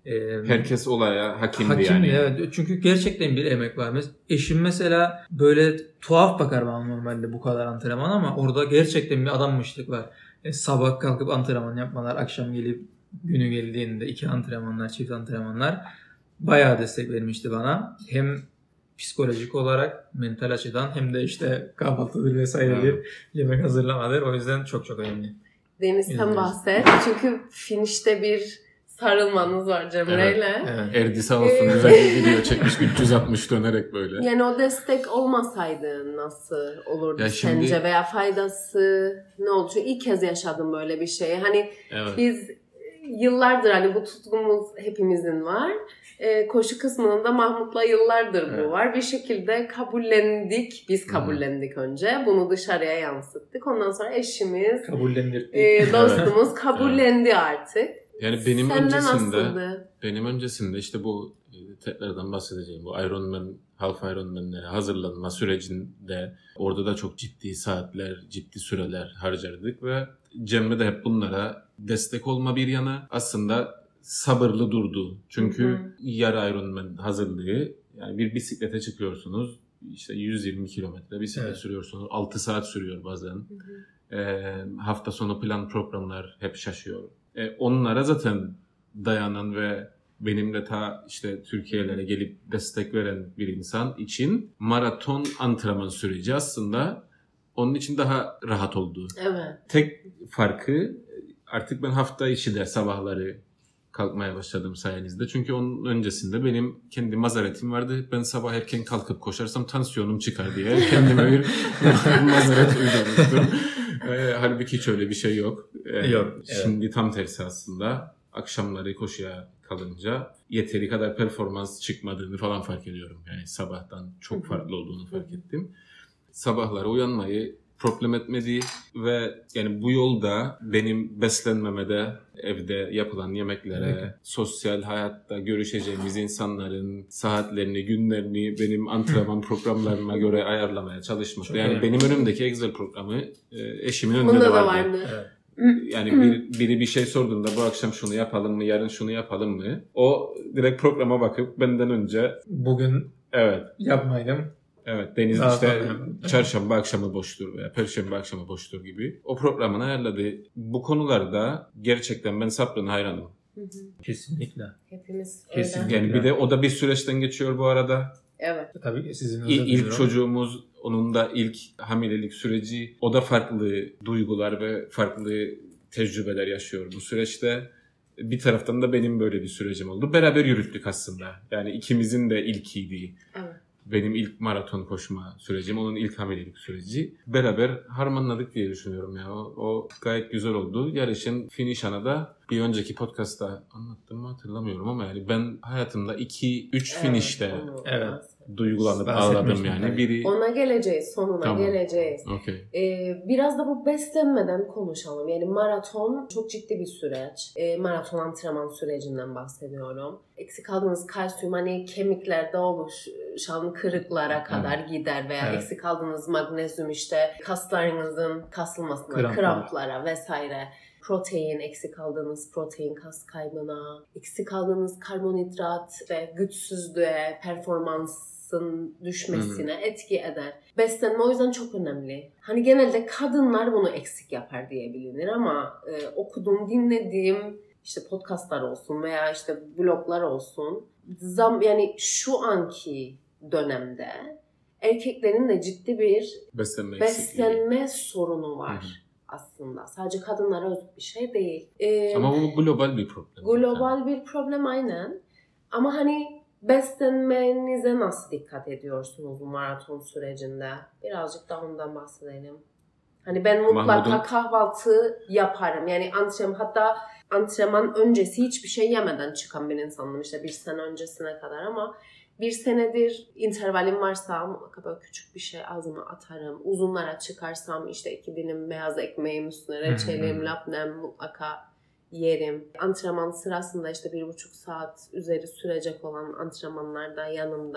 Ee, Herkes olaya hakimdi, hakimdi yani. Evet. Çünkü gerçekten bir emek var. Eşim mesela böyle tuhaf bakar bana normalde bu kadar antrenman, ama orada gerçekten bir adammışlık var. E, sabah kalkıp antrenman yapmalar, akşam gelip günü geldiğinde iki antrenmanlar, çift antrenmanlar bayağı destek vermişti bana. Hem psikolojik olarak, mental açıdan, hem de işte kahvaltıdır vesairedir, evet. yemek hazırlamadır. O yüzden çok çok önemli. Deniz sen bahset. Çünkü finişte bir sarılmanız var Cemre'yle. Evet, evet. Erdi sağ olsun güzel bir video çekmiş üç yüz altmış dönerek böyle. Yani o destek olmasaydı nasıl olurdu ya sence şimdi... veya faydası ne oldu? Çünkü ilk kez yaşadım böyle bir şeyi. Hani evet. biz yıllardır hani bu tutkumuz hepimizin var. E, koşu kısmında Mahmut'la yıllardır bu evet. var. Bir şekilde kabullendik. Biz kabullendik hmm. önce. Bunu dışarıya yansıttık. Ondan sonra eşimiz, kabullendirdik. E, dostumuz evet. kabullendi evet. artık. Yani benim Senden öncesinde nasıldı? benim öncesinde işte bu tekrardan bahsedeceğim. Bu Ironman, Half Ironman'lere hazırlanma sürecinde orada da çok ciddi saatler, ciddi süreler harcardık ve Cemre de hep bunlara destek olma bir yana aslında sabırlı durdu. Çünkü hı hı. yarı Ironman hazırlığı, yani bir bisiklete çıkıyorsunuz. İşte yüz yirmi kilometre bisiklet evet. sürüyorsunuz. altı saat sürüyor bazen. Hı hı. Ee, hafta sonu plan programlar hep şaşıyor. Ee, onlara zaten dayanan ve benimle ta işte Türkiye'lere gelip destek veren bir insan için maraton antrenman süreci aslında onun için daha rahat oldu. Evet. Tek farkı artık ben hafta içi de sabahları kalkmaya başladım sayenizde. Çünkü onun öncesinde benim kendi mazeretim vardı. Ben sabah erken kalkıp koşarsam tansiyonum çıkar diye kendime bir mazeret uydurmuştum. Ee, halbuki hiç öyle bir şey yok. Ee, yok. Evet. Şimdi tam tersi aslında. Akşamları koşuya kalınca yeteri kadar performans çıkmadığını falan fark ediyorum. Yani sabahtan çok farklı olduğunu fark ettim. Sabahları uyanmayı problem etmedi ve yani bu yolda benim beslenmeme, evde yapılan yemeklere, evet. sosyal hayatta görüşeceğimiz insanların saatlerini, günlerini benim antrenman programlarıma göre ayarlamaya çalışmak. Yani benim önümdeki Excel programı eşimin önünde de vardı. vardı. Evet. Yani bir, biri bir şey sorduğunda bu akşam şunu yapalım mı, yarın şunu yapalım mı? O direkt programa bakıp benden önce bugün evet yapmayalım. Evet, Deniz daha işte çarşamba akşamı boştur veya perşembe akşamı boştur gibi o programını ayarladı. Bu konularda gerçekten ben Sabrı'na hayranım. Hı hı. Kesinlikle. Hepimiz Kesinlikle. Yani bir de o da bir süreçten geçiyor bu arada. Evet. Tabii ki sizin İ- ilk çocuğumuz, onun da ilk hamilelik süreci. O da farklı duygular ve farklı tecrübeler yaşıyor bu süreçte. Bir taraftan da benim böyle bir sürecim oldu. Beraber yürüttük aslında. Yani ikimizin de ilkiydi. Evet. Benim ilk maraton koşma sürecim, onun ilk hamilelik süreci. Beraber harmanladık diye düşünüyorum ya. O, o gayet güzel oldu. Yarışın finish anı da bir önceki podcast'ta anlattım mı hatırlamıyorum ama yani ben hayatımda iki üç evet, finish'te evet. duygulanıp ağladım yani. Biri... Ona geleceğiz, sonuna tamam. geleceğiz. Okay. Ee, biraz da bu beslenmeden konuşalım. Yani maraton çok ciddi bir süreç. Ee, maraton antrenman sürecinden bahsediyorum. Eksik aldığınız kalsiyum hani kemiklerde oluşan kırıklara kadar evet. gider veya evet. eksik aldığınız magnezyum işte kaslarınızın kasılmasına, Kramplar. kramplara vesaire. Protein, eksik aldığınız protein kas kaybına, eksik aldığınız karbonhidrat ve güçsüzlüğe, performansın düşmesine hmm. etki eder. Beslenme o yüzden çok önemli. Hani genelde kadınlar bunu eksik yapar diye bilinir ama e, okuduğum, dinlediğim işte podcastlar olsun veya işte bloglar olsun. Zam, yani şu anki dönemde erkeklerin de ciddi bir beslenme, beslenme sorunu var. Hı-hı. Aslında. Sadece kadınlara özgü bir şey değil. Ee, Ama bu global bir problem. Global yani. bir problem aynen. Ama hani beslenmenize nasıl dikkat ediyorsunuz bu maraton sürecinde? Birazcık da ondan bahsedelim. Hani ben mutlaka Mahmud'un... kahvaltı yaparım. Yani antrenman, hatta antrenman öncesi hiçbir şey yemeden çıkan bir insanım. İşte bir sene öncesine kadar ama bir senedir intervalim varsa mutlaka böyle küçük bir şey ağzıma atarım. Uzunlara çıkarsam işte iki dilim beyaz ekmeğim üstüne reçelim, labnem mutlaka yerim. Antrenman sırasında işte bir buçuk saat üzeri sürecek olan antrenmanlarda yanımda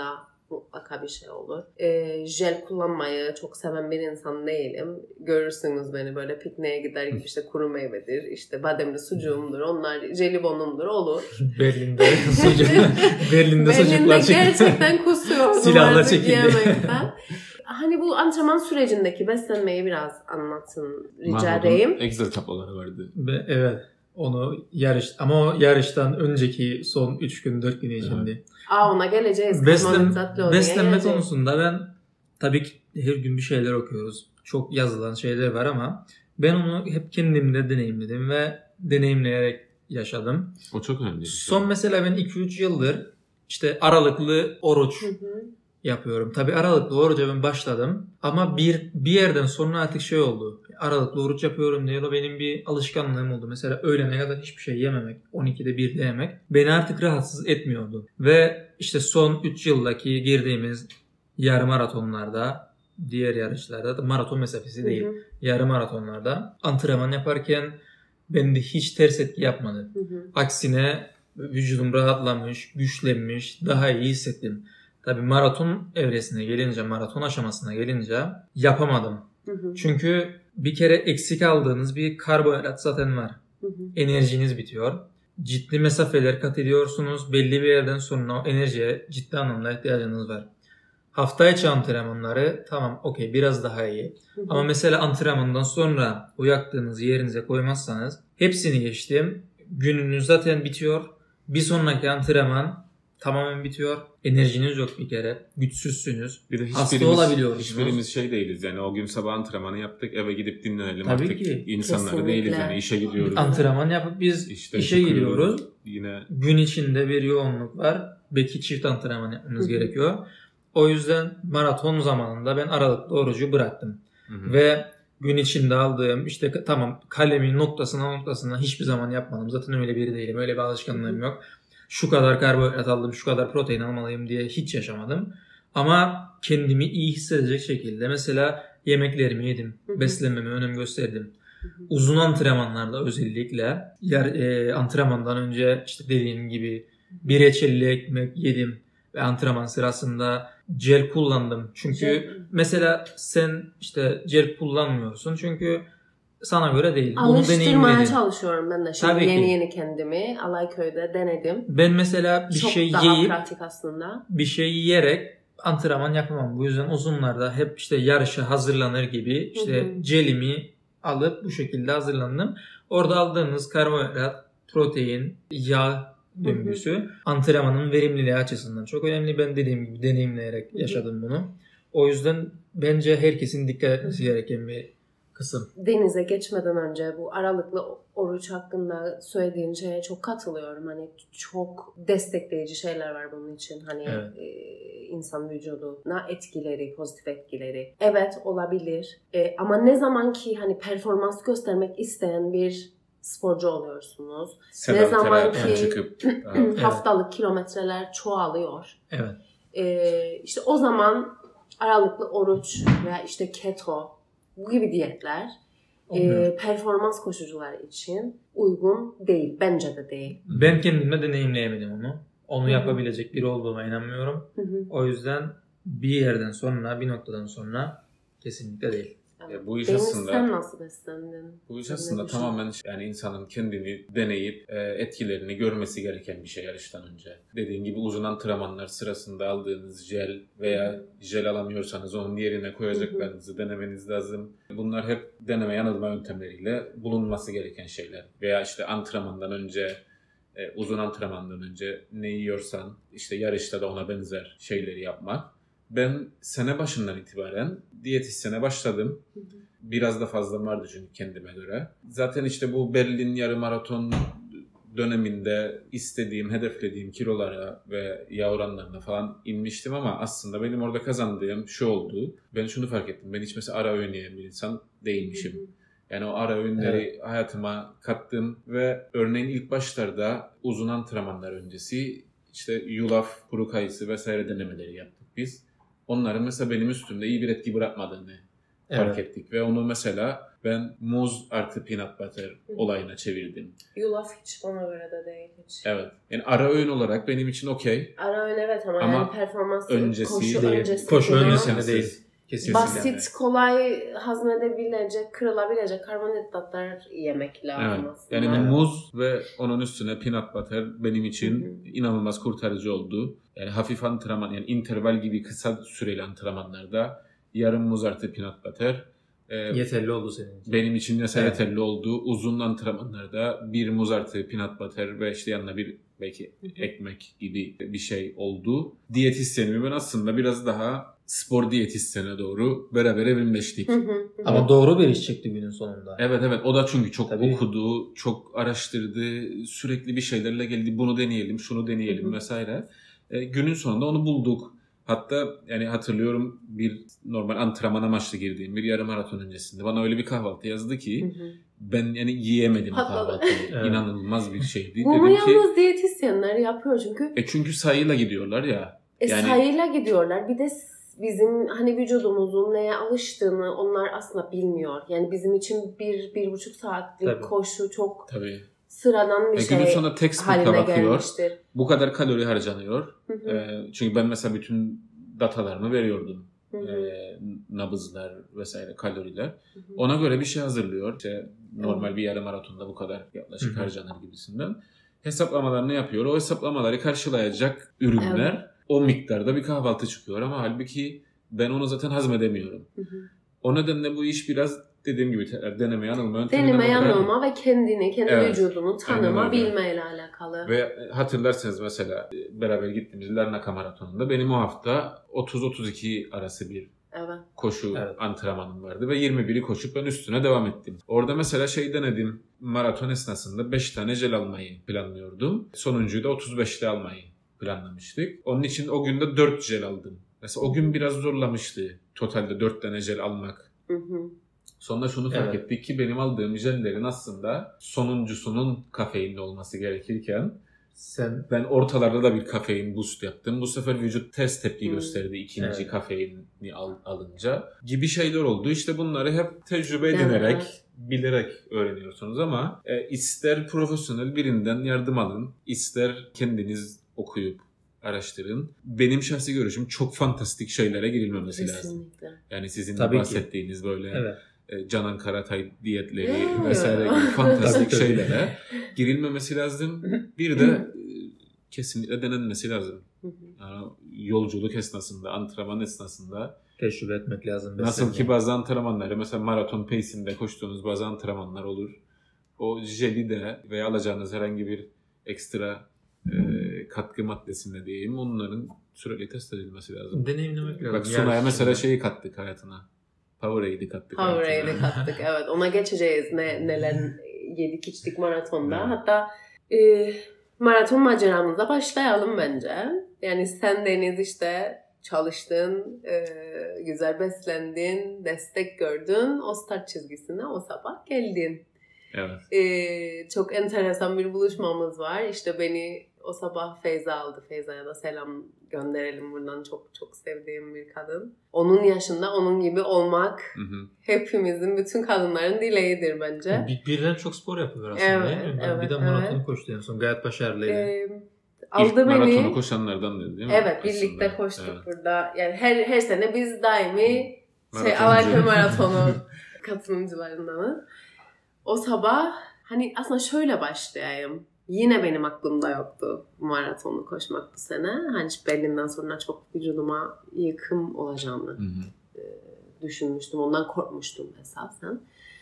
mutlaka bir şey olur. E, jel kullanmayı çok seven bir insan değilim. Görürsünüz beni böyle pikniğe gider gibi işte kuru meyvedir, işte bademli sucuğumdur, onlar jelibonumdur olur. Berlin'de sucuk, Berlin'de sucuklar çekildi. Gerçekten kusuyordum silahla artık çekildi. yemekten. Hani bu antrenman sürecindeki beslenmeyi biraz anlatın rica edeyim. Excel tabloları vardı. Be, evet. Onu yarış ama o yarıştan önceki son üç gün dört gün içinde. Evet. Aa ona geleceğiz. Beslen, beslenme konusunda ben tabii ki her gün bir şeyler okuyoruz. Çok yazılan şeyler var ama ben onu hep kendimde deneyimledim ve deneyimleyerek yaşadım. O çok önemli. Son mesela ben iki üç yıldır işte aralıklı oruç hı hı. yapıyorum. Tabii aralıklı oruca ben başladım ama bir bir yerden sonra artık şey oldu. Aralıklı oruç yapıyorum diye de benim bir alışkanlığım oldu. Mesela öğlene kadar hiçbir şey yememek, on ikide birde yemek beni artık rahatsız etmiyordu. Ve işte son üç yıldaki girdiğimiz yarım maratonlarda, diğer yarışlarda da maraton mesafesi değil, hı hı. yarım maratonlarda antrenman yaparken bende hiç ters etki yapmadı. Hı hı. Aksine vücudum rahatlamış, güçlenmiş, daha iyi hissettim. Tabii maraton evresine gelince, maraton aşamasına gelince yapamadım. Hı hı. Çünkü bir kere eksik aldığınız bir karbonhidrat zaten var. Hı hı. Enerjiniz bitiyor. Ciddi mesafeler kat ediyorsunuz. Belli bir yerden sonra o enerjiye ciddi anlamda ihtiyacınız var. Hafta içi antrenmanları tamam okey biraz daha iyi. Hı hı. Ama mesela antrenmandan sonra o yaktığınızı yerinize koymazsanız hepsini geçtim. Gününüz zaten bitiyor. Bir sonraki antrenman tamamen bitiyor. Enerjiniz yok bir kere. Güçsüzsünüz. Bir de hasta olabiliyorsunuz. Hiçbirimiz şey değiliz. Yani o gün sabah antrenmanı yaptık. Eve gidip dinlenelim. Tabii artık ki. insanları kesinlikle değiliz. Yani işe gidiyoruz. Antrenman yapıp biz işte işe gidiyoruz. Yine gün içinde bir yoğunluk var. Belki çift antrenman yapmamız Hı-hı. gerekiyor. O yüzden maraton zamanında ben aralıklı orucu bıraktım. Hı-hı. Ve gün içinde aldığım işte tamam kalemin noktasına noktasına hiçbir zaman yapmadım. Zaten öyle biri değilim. Öyle bir alışkanlığım Hı-hı. yok. Şu kadar karbonhidrat aldım, şu kadar protein almalıyım diye hiç yaşamadım. Ama kendimi iyi hissedecek şekilde mesela yemeklerimi yedim, Hı-hı. beslenmeme önem gösterdim. Hı-hı. Uzun antrenmanlarda özellikle yer, e, antrenmandan önce işte dediğim gibi bir reçelli ekmek yedim ve antrenman sırasında gel kullandım. Çünkü gel. Mesela sen işte gel kullanmıyorsun çünkü sana göre değil. Alıştırmaya çalışıyorum ben de şimdi Tabii yeni ki. yeni kendimi Alayköy'de denedim. Ben mesela bir Çok şey daha yiyip pratik aslında. Bir şey yiyerek antrenman yapamam. Bu yüzden uzunlarda hep işte yarışa hazırlanır gibi işte hı hı. gelimi alıp bu şekilde hazırlandım. Orada aldığınız karbonhidrat, protein, yağ döngüsü hı hı. antrenmanın verimliliği açısından çok önemli. Ben dediğim gibi deneyimleyerek hı hı. yaşadım bunu. O yüzden bence herkesin dikkat etmesi gereken bir kısım. Denize geçmeden önce bu aralıklı oruç hakkında söylediğin şeye çok katılıyorum. Hani çok destekleyici şeyler var bunun için. Hani evet. e, insan vücuduna etkileri, pozitif etkileri. Evet olabilir. E, ama ne zaman ki hani performans göstermek isteyen bir sporcu oluyorsunuz. Sedan ne zaman ki çıkıp, haftalık evet. kilometreler çoğalıyor. Evet. E, işte o zaman aralıklı oruç veya işte keto bu gibi diyetler e, performans koşucular için uygun değil. Bence de değil. Ben kendime deneyimleyemedim onu. Onu Hı-hı. yapabilecek biri olduğuma inanmıyorum. Hı-hı. O yüzden bir yerden sonra, bir noktadan sonra kesinlikle değil. Ya bu iş Deniz, aslında sen nasıl beslendin? Bu iş aslında ne tamamen yani insanın kendini deneyip e, etkilerini görmesi gereken bir şey yarıştan önce. Dediğim gibi uzun antrenmanlar sırasında aldığınız jel veya jel alamıyorsanız onun yerine koyacaklarınızı Hı-hı. denemeniz lazım. Bunlar hep deneme yanılma yöntemleriyle bulunması gereken şeyler. Veya işte antrenmandan önce e, uzun antrenmandan önce ne yiyorsan işte yarışta da ona benzer şeyleri yapmak. Ben sene başından itibaren diyetisyene başladım. Hı hı. Biraz da fazla vardı çünkü kendime göre. Zaten işte bu Berlin yarım maraton döneminde istediğim, hedeflediğim kilolara ve yağ oranlarına falan inmiştim ama aslında benim orada kazandığım şu oldu. Ben şunu fark ettim. Ben hiç mesela ara öğün yiyen bir insan değilmişim. Hı hı. Yani o ara öğünleri evet. hayatıma kattım ve örneğin ilk başlarda uzun antrenmanlar öncesi işte yulaf, kuru kayısı vesaire denemeleri yaptık biz. Onların mesela benim üstümde iyi bir etki bırakmadığını fark Evet. ettik. Ve onu mesela ben muz artı peanut butter olayına çevirdim. Yulaf hiç bana göre de değil hiç. Evet. Yani ara öğün olarak benim için okey. Ara öğün evet ama, Ama yani performans öncesi koşu değil. öncesi Koşu falan öncesinde değil. Kesinlikle. basit, kolay hazmedebilecek, kırılabilecek karbonhidratlar yemek lazım Evet. aslında. Yani Evet. muz ve onun üstüne peanut butter benim için Hı hı. inanılmaz kurtarıcı oldu. Yani hafif antrenman, yani interval gibi kısa süreli antrenmanlarda yarım muz artı peanut butter e, Yeterli oldu senin için. benim için mesela Evet. yeterli oldu. Uzun antrenmanlarda bir muz artı peanut butter ve işte yanına bir belki ekmek gibi bir şey oldu. Diyetisyenimi ben aslında biraz daha spor diyetisyene doğru beraber evrimleştik. Hı hı hı. Ama doğru bir iş çıktı günün sonunda. Evet evet, o da çünkü çok Tabii. okudu, çok araştırdı, sürekli bir şeylerle geldi. Bunu deneyelim, şunu deneyelim Hı hı. vesaire. E, günün sonunda onu bulduk. Hatta yani hatırlıyorum, bir normal antrenman amaçlı girdiğim bir yarım maraton öncesinde bana öyle bir kahvaltı yazdı ki Hı hı. ben yani yiyemedim o Patladı. kahvaltıyı. Evet. İnanılmaz bir şeydi. Bunu Dedim ki yalnız diyetisyenler yapıyor çünkü e çünkü sayıyla gidiyorlar ya. e, Yani- sayıyla gidiyorlar. Bir de bizim hani vücudumuzun neye alıştığını onlar aslında bilmiyor. Yani bizim için bir, bir buçuk saatlik Tabii. koşu çok Tabii. sıradan bir E, şey günün sonunda textbook'a haline bakıyor. gelmiştir. Bu kadar kalori harcanıyor. Hı hı. E, çünkü ben mesela bütün datalarımı veriyordum. Hı hı. E, nabızlar vesaire, kaloriler. Hı hı. Ona göre bir şey hazırlıyor. İşte normal bir yarım maratonda bu kadar yaklaşık Hı hı. harcanır gibisinden. Hesaplamalarını yapıyor. O hesaplamaları karşılayacak ürünler Evet. o miktarda bir kahvaltı çıkıyor ama halbuki ben onu zaten hazmedemiyorum. Hı hı. O nedenle bu iş biraz dediğim gibi tekrar deneme yanılma yöntemine Deneme bakarak- yanılma ve kendini, kendi Evet. vücudunu tanıma, Aynen öyle. bilmeyle alakalı. Ve hatırlarsanız mesela beraber gittiğimiz Larnaca Maratonu'nda benim o hafta otuz otuz iki arası bir Evet. koşu Evet. antrenmanım vardı ve yirmi biri koşup ben üstüne devam ettim. Orada mesela şey denedim, maraton esnasında beş tane jel almayı planlıyordum. Sonuncuyu da otuz beşte almayı planlamıştık. Onun için o günde dört jel aldım. Mesela o gün biraz zorlamıştı totalde dört tane jel almak. Hı hı. Sonra şunu fark Evet. ettik ki benim aldığım jellerin aslında sonuncusunun kafeinli olması gerekirken Sen ben ortalarda da bir kafein boost yaptım. Bu sefer vücut ters tepki Hmm. gösterdi ikinci Evet. kafeini al, alınca. Gibi şeyler oldu. İşte bunları hep tecrübe Evet. edinerek, bilerek öğreniyorsunuz ama e, ister profesyonel birinden yardım alın, ister kendiniz okuyup araştırın. Benim şahsi görüşüm çok fantastik şeylere girilmemesi lazım. Kesinlikle. Yani sizin de Tabii ki. bahsettiğiniz böyle evet. e, Canan Karatay diyetleri Ya. vesaire gibi fantastik Tabii, tabii. şeylere girilmemesi lazım. Bir de e, kesinlikle denenmesi lazım. Hı hı. Yani yolculuk esnasında, antrenman esnasında Tecrübe etmek lazım. nasıl ki beslenmeyi. bazı antrenmanları, mesela maraton pace'inde koştuğunuz bazı antrenmanlar olur. O jeli de veya alacağınız herhangi bir ekstra e, katkı maddesinde diyeyim, onların sürekli test edilmesi lazım. deneyimlemek lazım. Bak Sunay'a Yani- mesela şeyi kattık hayatına. Powerade'i kattık Powerade'i hayatına. kattık. Evet. Ona geçeceğiz. Ne, neler yedik içtik maratonda. Evet. Hatta e, maraton maceramıza başlayalım bence. Yani sen Deniz işte çalıştın, e, güzel beslendin, destek gördün. O start çizgisine o sabah geldin. Evet. E, çok enteresan bir buluşmamız var. İşte beni o sabah Feyza aldı. Feyza'ya da selam gönderelim buradan. Çok çok sevdiğim bir kadın. Onun yaşında onun gibi olmak Hı hı. hepimizin, bütün kadınların dileğidir bence. Bir, birden çok spor yapıyor aslında Evet, değil mi? Ben evet, bir de evet. maraton koştu en son. Gayet başarılıydı. Ee, İlk aldı maratonu beni. koşanlardan dedi değil mi? Evet, Aslında. birlikte koştuk Evet. burada. Yani her her sene biz daimi şey Maratoncu. Alayköy Maratonu katılımcılarındanız. O sabah hani aslında şöyle başlayayım. Yine benim aklımda yoktu maratonu koşmak bu sene. Hani bellinden sonra çok vücuduma yıkım olacağını Hı hı. düşünmüştüm. Ondan korkmuştum esasen.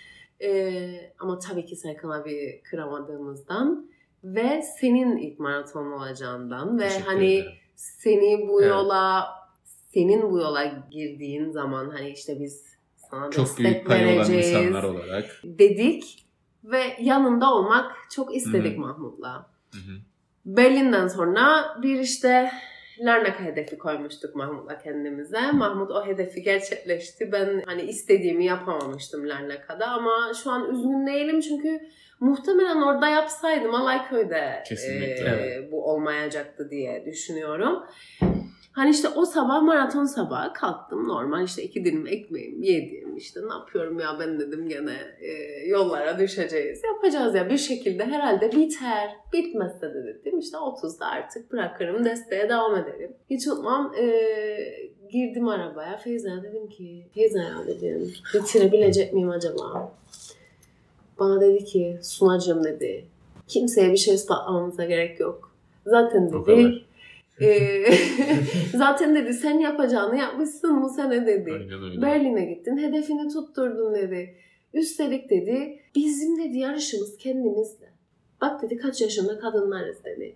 Ee, ama tabii ki Serkan abi kıramadığımızdan ve senin ilk maraton olacağından ve Teşekkür hani ederim. seni bu Evet. yola senin bu yola girdiğin zaman hani işte biz sana Çok destek büyük payı olan vereceğiz insanlar olarak. dedik ve yanında olmak çok istedik Hı-hı. Mahmut'la. Hı hı. Berlin'den sonra bir işte Larnaca hedefi koymuştuk Mahmut'la kendimize. Mahmut o hedefi gerçekleşti. Ben hani istediğimi yapamamıştım Larnaca'da ama şu an üzgün değilim çünkü muhtemelen orada yapsaydım Alayköy'de Kesinlikle, e, evet. bu olmayacaktı diye düşünüyorum. Hani işte o sabah maraton sabahı kalktım normal işte iki dilim ekmeğimi yedim. dedim işte ne yapıyorum ya ben dedim gene e, yollara düşeceğiz. Yapacağız ya bir şekilde herhalde biter. Bitmezse de dedim işte otuzda artık bırakırım desteğe devam ederim. Hiç unutmam e, girdim arabaya Feyza'ya dedim ki Feyza ya dedim bitirebilecek miyim acaba? Bana dedi ki Sunacığım dedi kimseye bir şey ispatlamamıza gerek yok. Zaten dedi e, zaten dedi sen yapacağını yapmışsın bu sene dedi. Berlin'e gittin hedefini tutturdun dedi. Üstelik dedi bizim dedi yarışımız kendimizle. Bak dedi kaç yaşında kadınlarız dedi.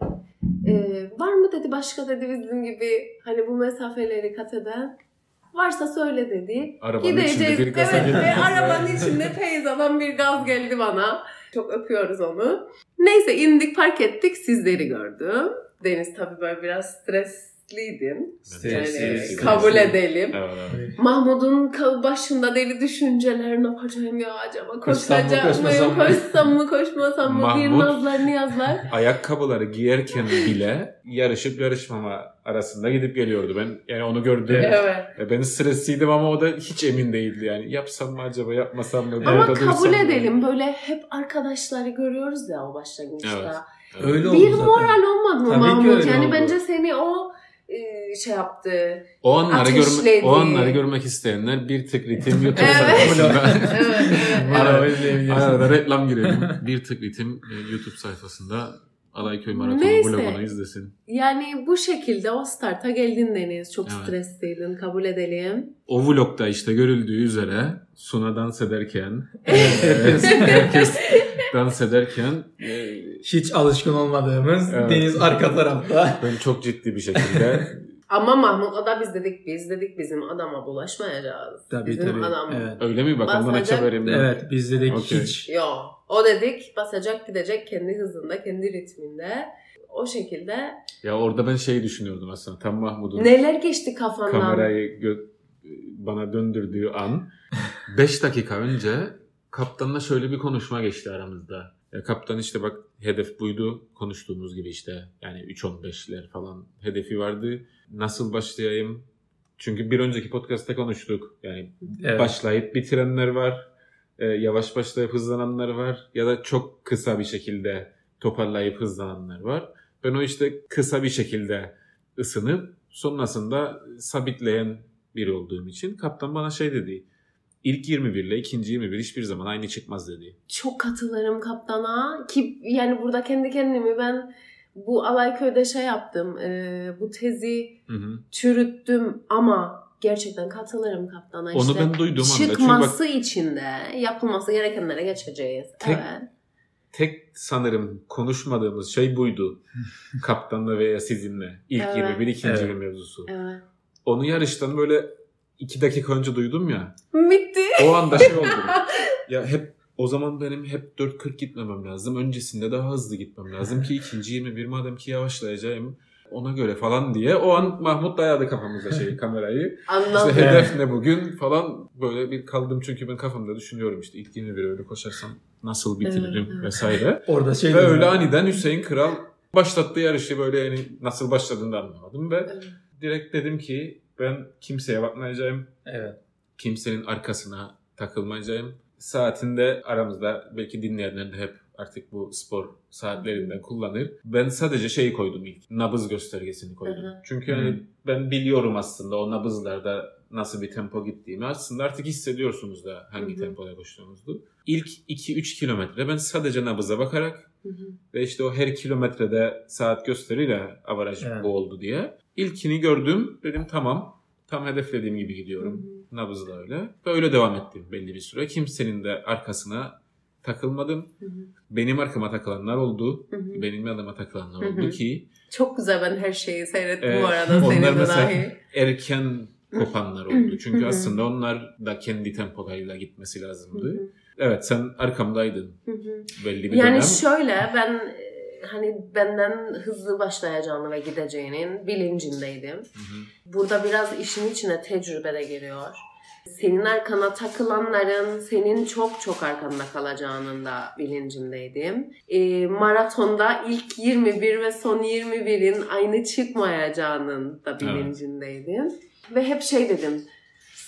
Ee, var mı dedi başka dedi bizim gibi hani bu mesafeleri kat eden? Varsa söyle dedi. Arabanın gideceğiz. içinde bir gaza evet, geldi. ve arabanın içinde Feyza'dan bir gaz geldi bana. Çok öpüyoruz onu. Neyse indik park ettik sizleri gördüm. Deniz tabii böyle biraz stresliydin. Stresli, yani stresli. kabul edelim. Evet, evet. Mahmut'un başında deli düşünceler ne yapacağım ya acaba Koşsam mı, koşacak koşmasam mı mı? koşsam mı koşmasam mı bir Mahmut- nazlar niyazlar. Ayakkabıları giyerken bile yarışıp yarışmama arasında gidip geliyordu. Ben yani onu gördüm. Evet. Ben stresliydim ama o da hiç emin değildi yani. Yapsam mı acaba yapmasam mı? Ama Burada dursam kabul mı? edelim böyle hep arkadaşları görüyoruz ya o başlangıçta. Evet. Öyle oldu Bir zaten. moral olmadı mı Tabii ki Mahmut? öyle Yani oldu. bence seni o e, şey yaptı. O anları Ateşledi. görme, o anları görmek isteyenler bir tık ritim YouTube Evet. sayfasında. evet, evet, Ara- evet. Arada reklam girelim. Bir tık ritim e, YouTube sayfasında Alayköy Maratonu Neyse. vlogunu izlesin. Yani bu şekilde o starta geldin Deniz. Çok Evet. stresliydin kabul edelim. O vlogda işte görüldüğü üzere Suna dans ederken herkes, herkes dans ederken e, Hiç alışkın olmadığımız Evet. Deniz arka tarafta. ben çok ciddi bir şekilde Ama Mahmut'la da biz dedik biz dedik bizim adama bulaşmayacağız. Tabii bizim tabii. adam. Evet. öyle mi bak ondan hiç Basacak. haberim yok. Evet biz dedik Okey. hiç. Yo. O dedik basacak gidecek kendi hızında kendi ritminde. O şekilde. Ya orada ben şey düşünüyordum aslında tam Mahmut'un Neler geçti kafandan? kamerayı gö- bana döndürdüğü an beş dakika önce kaptanla şöyle bir konuşma geçti aramızda. Ya kaptan işte bak hedef buydu konuştuğumuz gibi işte yani üç on beşler falan hedefi vardı. Nasıl başlayayım? Çünkü bir önceki podcast'ta konuştuk. Yani Evet. başlayıp bitirenler var. Ee, yavaş başlayıp hızlananlar var. Ya da çok kısa bir şekilde toparlayıp hızlananlar var. Ben o işte kısa bir şekilde ısınıp sonrasında sabitleyen biri olduğum için kaptan bana şey dedi. İlk yirmi bir ile ikinci yirmi bir hiçbir zaman aynı çıkmaz dedi. Çok katılırım kaptana. Ki yani burada kendi kendimi ben bu Alayköy'de şey yaptım. E, bu tezi Hı hı. çürüttüm ama gerçekten katılırım kaptana. Onu İşte ben duyduğum anda. Çünkü çıkması bak için de yapılması gerekenlere geçeceğiz. Tek- Evet. tek sanırım konuşmadığımız şey buydu. Kaptanla veya sizinle. İlk Evet. yirmi bir, ikinci Evet. yirmi mevzusu. Evet. Onu yarıştan böyle iki dakika önce duydum ya. Bitti. O anda şey oldu. Ya hep o zaman benim hep dört kırk gitmemem lazım. Öncesinde daha hızlı gitmem lazım ki ikinci yirmi bir madem ki yavaşlayacağım ona göre falan diye. O an Mahmut dayadı kafamıza şey kamerayı. Anladım. İşte hedef ne bugün falan böyle bir kaldım çünkü ben kafamda düşünüyorum işte ilk yirmi bir öyle koşarsam nasıl bitiririm Evet, evet. vesaire. Orada şey Ve dedim öyle ben. aniden Hüseyin Kral başlattı yarışı böyle yani nasıl başladığını da anlamadım ve Evet. direkt dedim ki ben kimseye bakmayacağım. Evet. Kimsenin arkasına takılmayacağım. Saatinde aramızda belki dinleyenler de hep artık bu spor saatlerinden kullanır. Ben sadece şeyi koydum ilk. Nabız göstergesini koydum. Hı hı. Çünkü hani ben biliyorum aslında o nabızlarda nasıl bir tempo gittiğimi. Aslında artık hissediyorsunuz da hangi Hı hı. tempoda koştuğunuzu. İlk iki üç kilometre ben sadece nabıza bakarak Hı hı. ve işte o her kilometrede saat gösteriyle avaraj Evet. bu oldu diye. İlkini gördüm. Dedim tamam. Tam hedeflediğim gibi gidiyorum. Hı hı. Nabız da öyle. Böyle devam ettim belli bir süre. Kimsenin de arkasına takılmadım. Hı hı. Benim arkama takılanlar oldu. Hı hı. Benim yanıma takılanlar Hı oldu hı. ki Çok güzel ben her şeyi seyrettim Evet, bu arada onlar senin de mesela- dahi. erken kopanlar oldu. Çünkü Hı hı. aslında onlar da kendi tempolarıyla gitmesi Hı lazımdı. hı. Evet sen arkamdaydın Hı hı. belli bir Yani dönem. şöyle ben e, hani benden hızlı başlayacağını ve gideceğinin bilincindeydim. Hı hı. Burada biraz işin içine tecrübe de giriyor. Senin arkana takılanların senin çok çok arkanda kalacağının da bilincindeydim. E, maratonda ilk yirmi bir ve son yirmi birin aynı çıkmayacağının da bilincindeydim. Ve hep şey dedim.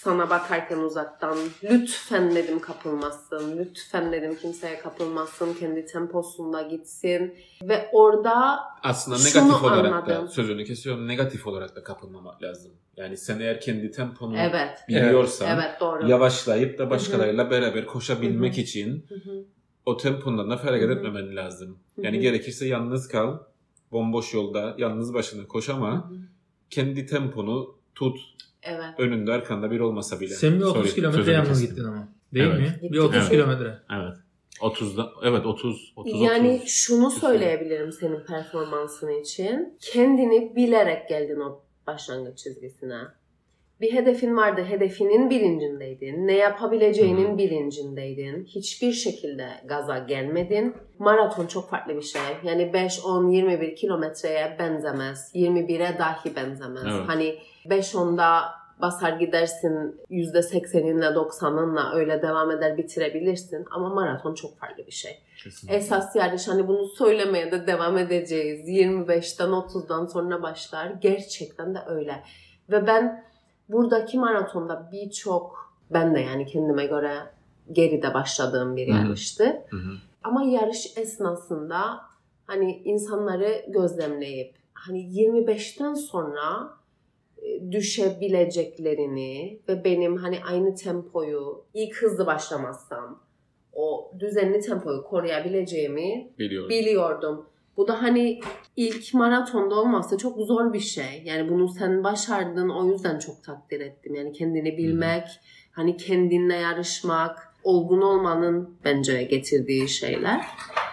sana bakarken uzaktan lütfen dedim kapılmasın. Lütfen dedim kimseye kapılmasın. Kendi temposunda gitsin. Ve orada aslında negatif olarak anladım. da sözünü kesiyorum. Negatif olarak da kapılmamak lazım. Yani sen eğer kendi temponu evet. biliyorsan evet, doğru. yavaşlayıp da başkalarıyla Hı-hı. beraber koşabilmek Hı-hı. için Hı-hı. o tempondan da feragat Hı-hı. etmemen lazım. Yani Hı-hı. gerekirse yalnız kal. Bomboş yolda yalnız başına koş ama Hı-hı. kendi temponu tut. Evet. Önünde arkanda bir olmasa bile. Sen bir otuz kilometre yalnız gittin ama. Değil evet. mi? Gittim. Bir otuz evet. kilometre. Evet. otuzda evet otuz otuz Yani otuz. şunu söyleyebilirim senin performansın için. Kendini bilerek geldin o başlangıç çizgisine. Bir hedefin vardı. Hedefinin bilincindeydin. Ne yapabileceğinin hmm. bilincindeydin. Hiçbir şekilde gaza gelmedin. Maraton çok farklı bir şey. Yani beş, on, yirmi bir kilometreye benzemez. yirmi bire dahi benzemez. Evet. Hani beş onda basar gidersin yüzde sekseninle doksanınla öyle devam eder bitirebilirsin. Ama maraton çok farklı bir şey. Kesinlikle. Esas yarış hani bunu söylemeye de devam edeceğiz. yirmi beşten otuzdan sonra başlar. Gerçekten de öyle. Ve ben buradaki maratonda birçok, ben de yani kendime göre geride başladığım bir yarıştı. Hı hı. Ama yarış esnasında hani insanları gözlemleyip hani yirmi beşten sonra düşebileceklerini ve benim hani aynı tempoyu ilk hızlı başlamazsam o düzenli tempoyu koruyabileceğimi Biliyorum. biliyordum. Bu da hani ilk maratonda olmazsa çok zor bir şey. Yani bunu sen başardın, o yüzden çok takdir ettim. Yani kendini bilmek, hmm. hani kendinle yarışmak, olgun olmanın bence getirdiği şeyler.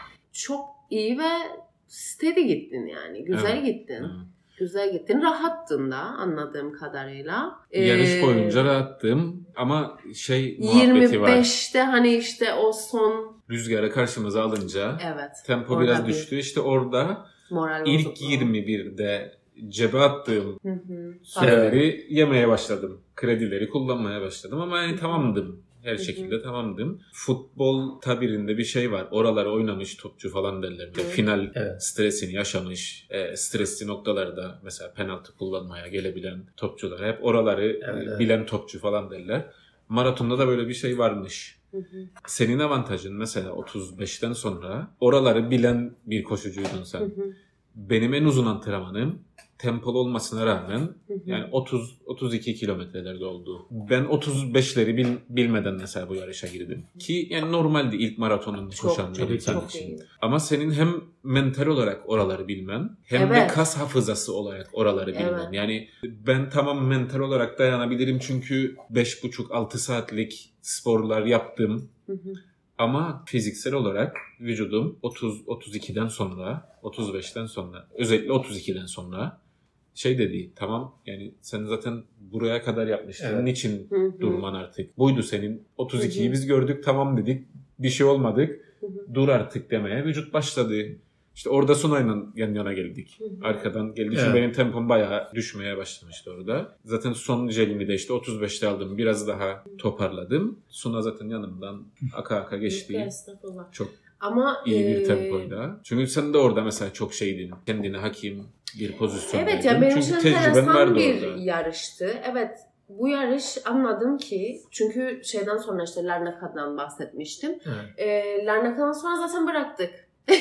Çok iyi ve steady gittin yani. Güzel evet. gittin. Hmm. Güzel gittin. Rahattın da anladığım kadarıyla. Yarış ee, boyunca rahattım ama şey muhabbeti yirmi var. yirmi beşte hani işte o son rüzgarı karşımıza alınca evet, tempo biraz bir düştü. İşte orada moral ilk bozuklu. yirmi birde cebe attığım hı hı. süreleri evet. yemeye başladım. Kredileri kullanmaya başladım ama yani tamamdım. Her hı hı. şekilde tamamdım. Futbol tabirinde bir şey var. Oralara oynamış topçu falan derler. Hı. Final evet. stresini yaşamış, e, stresli noktalarda mesela penaltı kullanmaya gelebilen topçular. Hep oraları evet, e, bilen evet. topçu falan derler. Maratonda da böyle bir şey varmış. Hı hı. Senin avantajın mesela otuz beşten sonra oraları bilen bir koşucuydun sen. Hı hı. Benim en uzun antrenmanım tempolu olmasına rağmen hı hı. yani otuz otuz iki kilometrelerde oldu. Ben otuz beşleri bil, bilmeden mesela bu yarışa girdim. Ki yani normaldi ilk maratonun koşan bir insan için. Iyi. Ama senin hem mental olarak oraları bilmen hem evet. de kas hafızası olarak oraları bilmen. Evet. Yani ben tamam mental olarak dayanabilirim çünkü beş buçuk altı saatlik sporlar yaptım. Hı hı. Ama fiziksel olarak vücudum otuz otuz ikiden sonra, otuz beşten sonra, özellikle otuz ikiden sonra şey dedi, tamam yani sen zaten buraya kadar yapmıştın. Evet. Niçin hı-hı. durman artık? Buydu senin. otuz ikiyi hı-hı. biz gördük, tamam dedik. Bir şey olmadık. Hı-hı. Dur artık demeye vücut başladı. İşte orada Sunay'la yan yana geldik. Hı-hı. Arkadan geldi. Evet. Çünkü benim tempom bayağı düşmeye başlamıştı orada. Zaten son jelimi de işte otuz beşte aldım. Biraz daha toparladım. Suna zaten yanımdan aka aka geçti. Çok ama iyi bir tempoyla. Çünkü sen de orada mesela çok şeydin. Kendine hakim bir pozisyondaydın. Evet ya benim için enteresan bir orada. yarıştı. Evet. Bu yarış anladım ki çünkü şeyden sonra işte Larnaca'dan bahsetmiştim. Evet. E, Larnaca'dan sonra zaten bıraktık.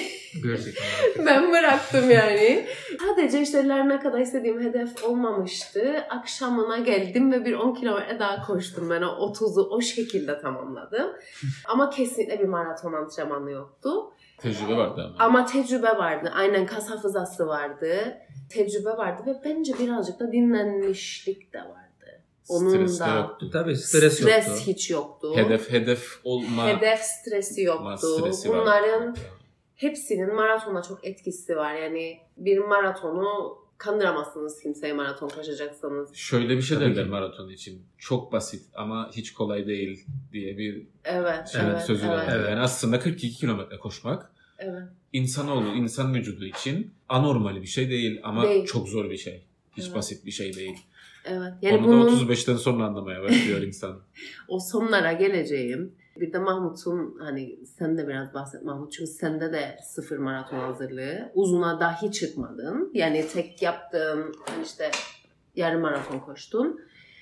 Ben bıraktım yani. Sadece işte Larnaca'da istediğim hedef olmamıştı. Akşamına geldim ve bir on kilometre daha koştum. Ben o otuzu o şekilde tamamladım. Ama kesinlikle bir maraton antrenmanı yoktu. Tecrübe vardı ama. Ama tecrübe vardı. Aynen kas hafızası vardı. Tecrübe vardı ve bence birazcık da dinlenmişlik de vardı. Onun stres da yoktu. Tabii stres, stres yoktu. Stres hiç yoktu. Hedef hedef olma. Hedef stresi yoktu. Stresi Bunların vardı. hepsinin maratona çok etkisi var. Yani bir maratonu kandıramazsınız kimseye maraton koşacaksanız. Şöyle bir şey derler maraton için. Çok basit ama hiç kolay değil diye bir evet, şey, evet, sözü evet. var. Evet. Yani aslında kırk iki kilometre koşmak evet. insanoğlu, insan vücudu için anormal bir şey değil ama değil. Çok zor bir şey. Hiç evet. basit bir şey değil. Evet. Yani onu bunun... da otuz beşten sonra anlamaya başlıyor insan. O sonlara geleceğim. Bir de Mahmut'un hani sen de biraz bahset Mahmut çünkü sende de sıfır maraton hazırlığı. Uzuna dahi çıkmadın. Yani tek yaptığın hani işte yarım maraton koştun.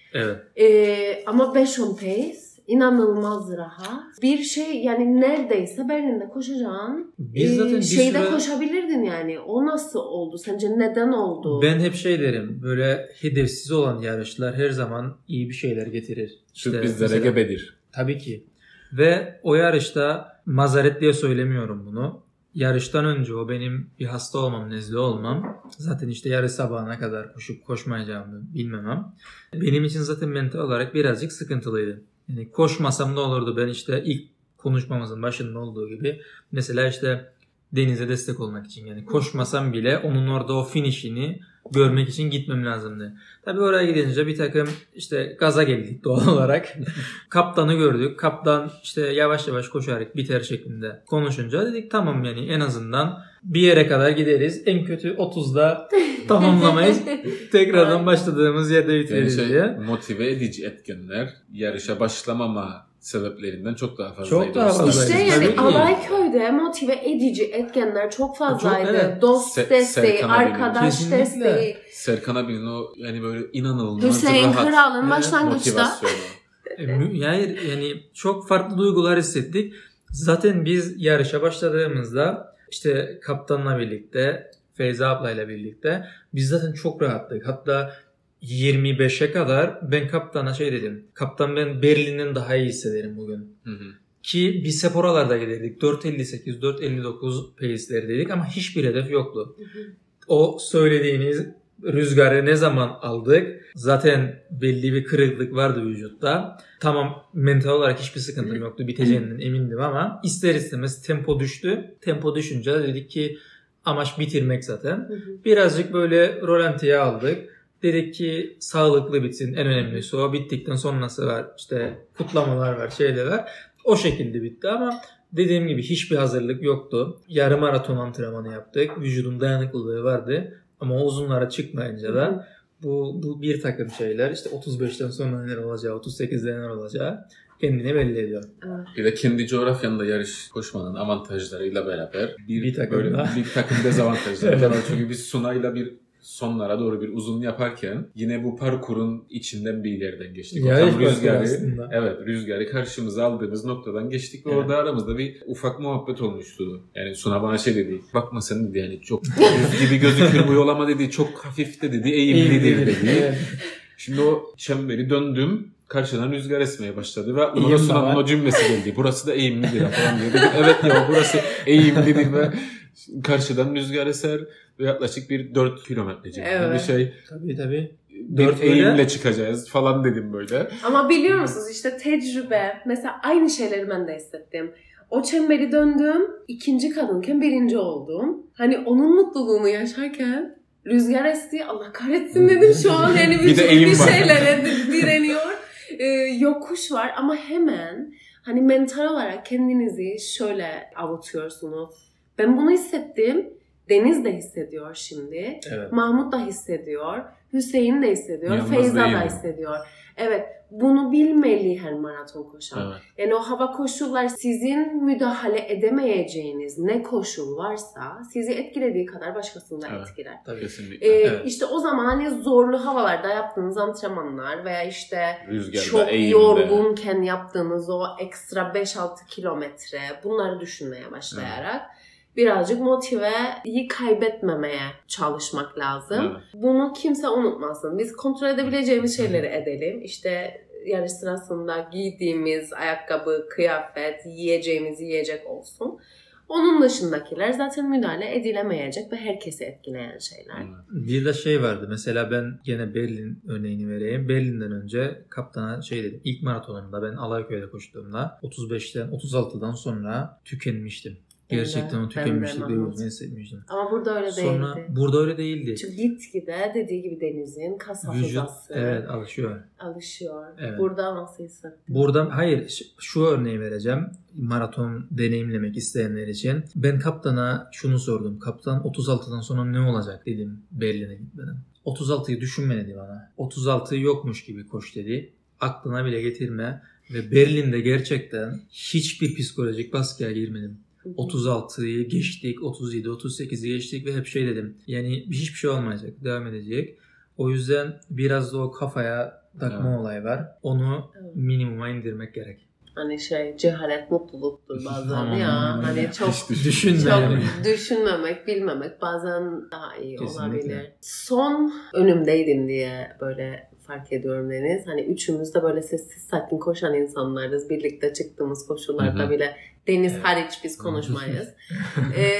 Evet. Ee, ama beş on pace inanılmaz rahat. Bir şey yani neredeyse Berlin'de koşacağın Biz zaten e, bir şeyde süre... koşabilirdin yani. O nasıl oldu? Sence neden oldu? Ben hep şey derim. Böyle hedefsiz olan yarışlar her zaman iyi bir şeyler getirir. İşte sürprizlere gebedir. Tabii ki. Ve o yarışta mazaret diye söylemiyorum bunu. Yarıştan önce o benim bir hasta olmam, nezle olmam. Zaten işte yarış sabahına kadar koşup koşmayacağımı bilmemem. Benim için zaten mental olarak birazcık sıkıntılıydı. Yani koşmasam ne olurdu? Ben işte ilk konuşmamızın başında olduğu gibi mesela işte Deniz'e destek olmak için yani koşmasam bile onun orada o finishini görmek için gitmem lazımdı. Tabii oraya gidince bir takım işte gaza geldik doğal olarak. Kaptanı gördük. Kaptan işte yavaş yavaş koşarak biter şeklinde konuşunca dedik tamam yani en azından bir yere kadar gideriz. En kötü otuzda tamamlamayız. Tekrardan başladığımız yerde bitiririz yani şey, diye. Motive edici etkenler yarışa başlamama sebeplerinden çok daha fazlaydı. Çok daha fazlaydı. İşte yani Alayköy'de motive edici etkenler çok fazlaydı. Çok, evet. Dost Se- desteği, arkadaş Kesinlikle. desteği. Serkan abinin o yani böyle inanılmaz Hüseyin rahat Kral'ın başlangıçta. yani, yani çok farklı duygular hissettik. Zaten biz yarışa başladığımızda işte kaptanla birlikte, Feyza ablayla birlikte biz zaten çok rahattık. Hatta yirmi beşe kadar ben kaptana şey dedim. Kaptan ben Berlin'den daha iyi hissederim bugün. Hı hı. Ki biz hep oralarda giderdik. dört elli sekiz, dört elli dokuz pace'leri dedik ama hiçbir hedef yoktu. Hı hı. O söylediğiniz rüzgarı ne zaman aldık? Zaten belli bir kırıklık vardı vücutta. Tamam mental olarak hiçbir sıkıntım yoktu. Biteceğinden emindim ama ister istemez tempo düştü. Tempo düşünce dedik ki amaç bitirmek zaten. Hı hı. Birazcık böyle rolantiye aldık. Dedik ki sağlıklı bitsin. En önemlisi o. Bittikten sonrası var. İşte kutlamalar var, şeyler var. O şekilde bitti ama dediğim gibi hiçbir hazırlık yoktu. Yarım maraton antrenmanı yaptık. Vücudun dayanıklılığı vardı. Ama uzunlara çıkmayınca da bu, bu bir takım şeyler işte otuz beşten sonra neler olacağı, otuz sekizde neler olacağı kendini belli ediyor. Bir de kendi coğrafyanda yarış koşmanın avantajlarıyla beraber bir, bir takım böyle da. bir takım dezavantajları var. Çünkü biz Sunay'la bir sonlara doğru bir uzun yaparken yine bu parkurun içinden bir yerden geçtik. Ya Tam rüzgarı, evet rüzgarı karşımıza aldığımız noktadan geçtik ve evet. Orada aramızda bir ufak muhabbet olmuştu. Yani Suna bana şey dedi, bakma sen dedi yani çok düz gibi gözükür bu yol ama dedi çok hafif de dedi, eğimlidir dedi. Evet. Şimdi o çemberi döndüm. Karşıdan rüzgar esmeye başladı ve ona Suna'nın o cümlesi geldi. Burası da eğimlidir falan diye. Dedim, evet ya burası eğimlidir ve karşıdan rüzgar eser ve yaklaşık bir dört kilometrece evet. Bir şey. Tabii tabii. Bir eğimle böyle çıkacağız falan dedim böyle. Ama biliyor musunuz işte tecrübe. Mesela aynı şeyleri ben de hissettim. O çemberi döndüm. İkinci kadınken birinci oldum. Hani onun mutluluğunu yaşarken rüzgar esti. Allah kahretsin dedim şu an. Yani bir, bir, bir şeylere direniyor. Ee, yokuş var ama hemen hani mental olarak kendinizi şöyle avutuyorsunuz. Ben bunu hissettim. Deniz de hissediyor şimdi. Evet. Mahmut da hissediyor. Hüseyin de hissediyor. Yalnız Feyza da hissediyor. Evet. Bunu bilmeli her maraton koşan. Evet. Yani o hava koşullar sizin müdahale edemeyeceğiniz ne koşul varsa sizi etkilediği kadar başkasını da evet. etkiler. Tabii kesinlikle. Ee, evet. İşte o zaman hani zorlu havalarda yaptığınız antrenmanlar veya işte rüzgarda, çok eğimde. yorgunken yaptığınız o ekstra beş altı kilometre bunları düşünmeye başlayarak evet. birazcık motiveyi kaybetmemeye çalışmak lazım. Evet. Bunu kimse unutmasın. Biz kontrol edebileceğimiz şeyleri edelim. İşte yarış sırasında giydiğimiz ayakkabı, kıyafet, yiyeceğimiz yiyecek olsun. Onun dışındakiler zaten müdahale edilemeyecek ve herkesi etkileyen şeyler. Bir de şey vardı. Mesela ben gene Berlin örneğini vereyim. Berlin'den önce kaptana şey dedim. İlk maratonumda ben Alayköy'de koştuğumda otuz beşten otuz altıdan sonra tükenmiştim. Gerçekten o tükenmişlik duygularını hissetmiştim. Ama burada öyle değildi. Sonra burada öyle değildi. Çünkü gitgide dediği gibi Deniz'in kas hafızası. Evet alışıyor. Alışıyor. Evet. Burada nasıl hissettin? Burada hayır şu örneği vereceğim. Maraton deneyimlemek isteyenler için. Ben kaptana şunu sordum. Kaptan otuz altıdan sonra ne olacak dedim Berlin'e gitmeden. otuz altıyı düşünme dedi bana. otuz altı yokmuş gibi koş dedi. Aklına bile getirme. Ve Berlin'de gerçekten hiçbir psikolojik baskıya girmedim. otuz altıyı geçtik, otuz yedi, otuz sekizi geçtik ve hep şey dedim. Yani hiçbir şey olmayacak, devam edecek. O yüzden biraz da o kafaya takma Evet. olayı var. Onu Evet. minimuma indirmek gerek. Hani şey cehalet mutluluktur bazen Aman ya. aman Hani ya. çok Düşünme çok yani. düşünmemek, bilmemek bazen daha iyi Kesinlikle. olabilir. Son önümdeydim diye böyle fark ediyorum Deniz. Hani üçümüz de böyle sessiz sakin koşan insanlarız. Birlikte çıktığımız koşullarda Hı hı. bile Deniz Evet. hariç biz konuşmayız. ee,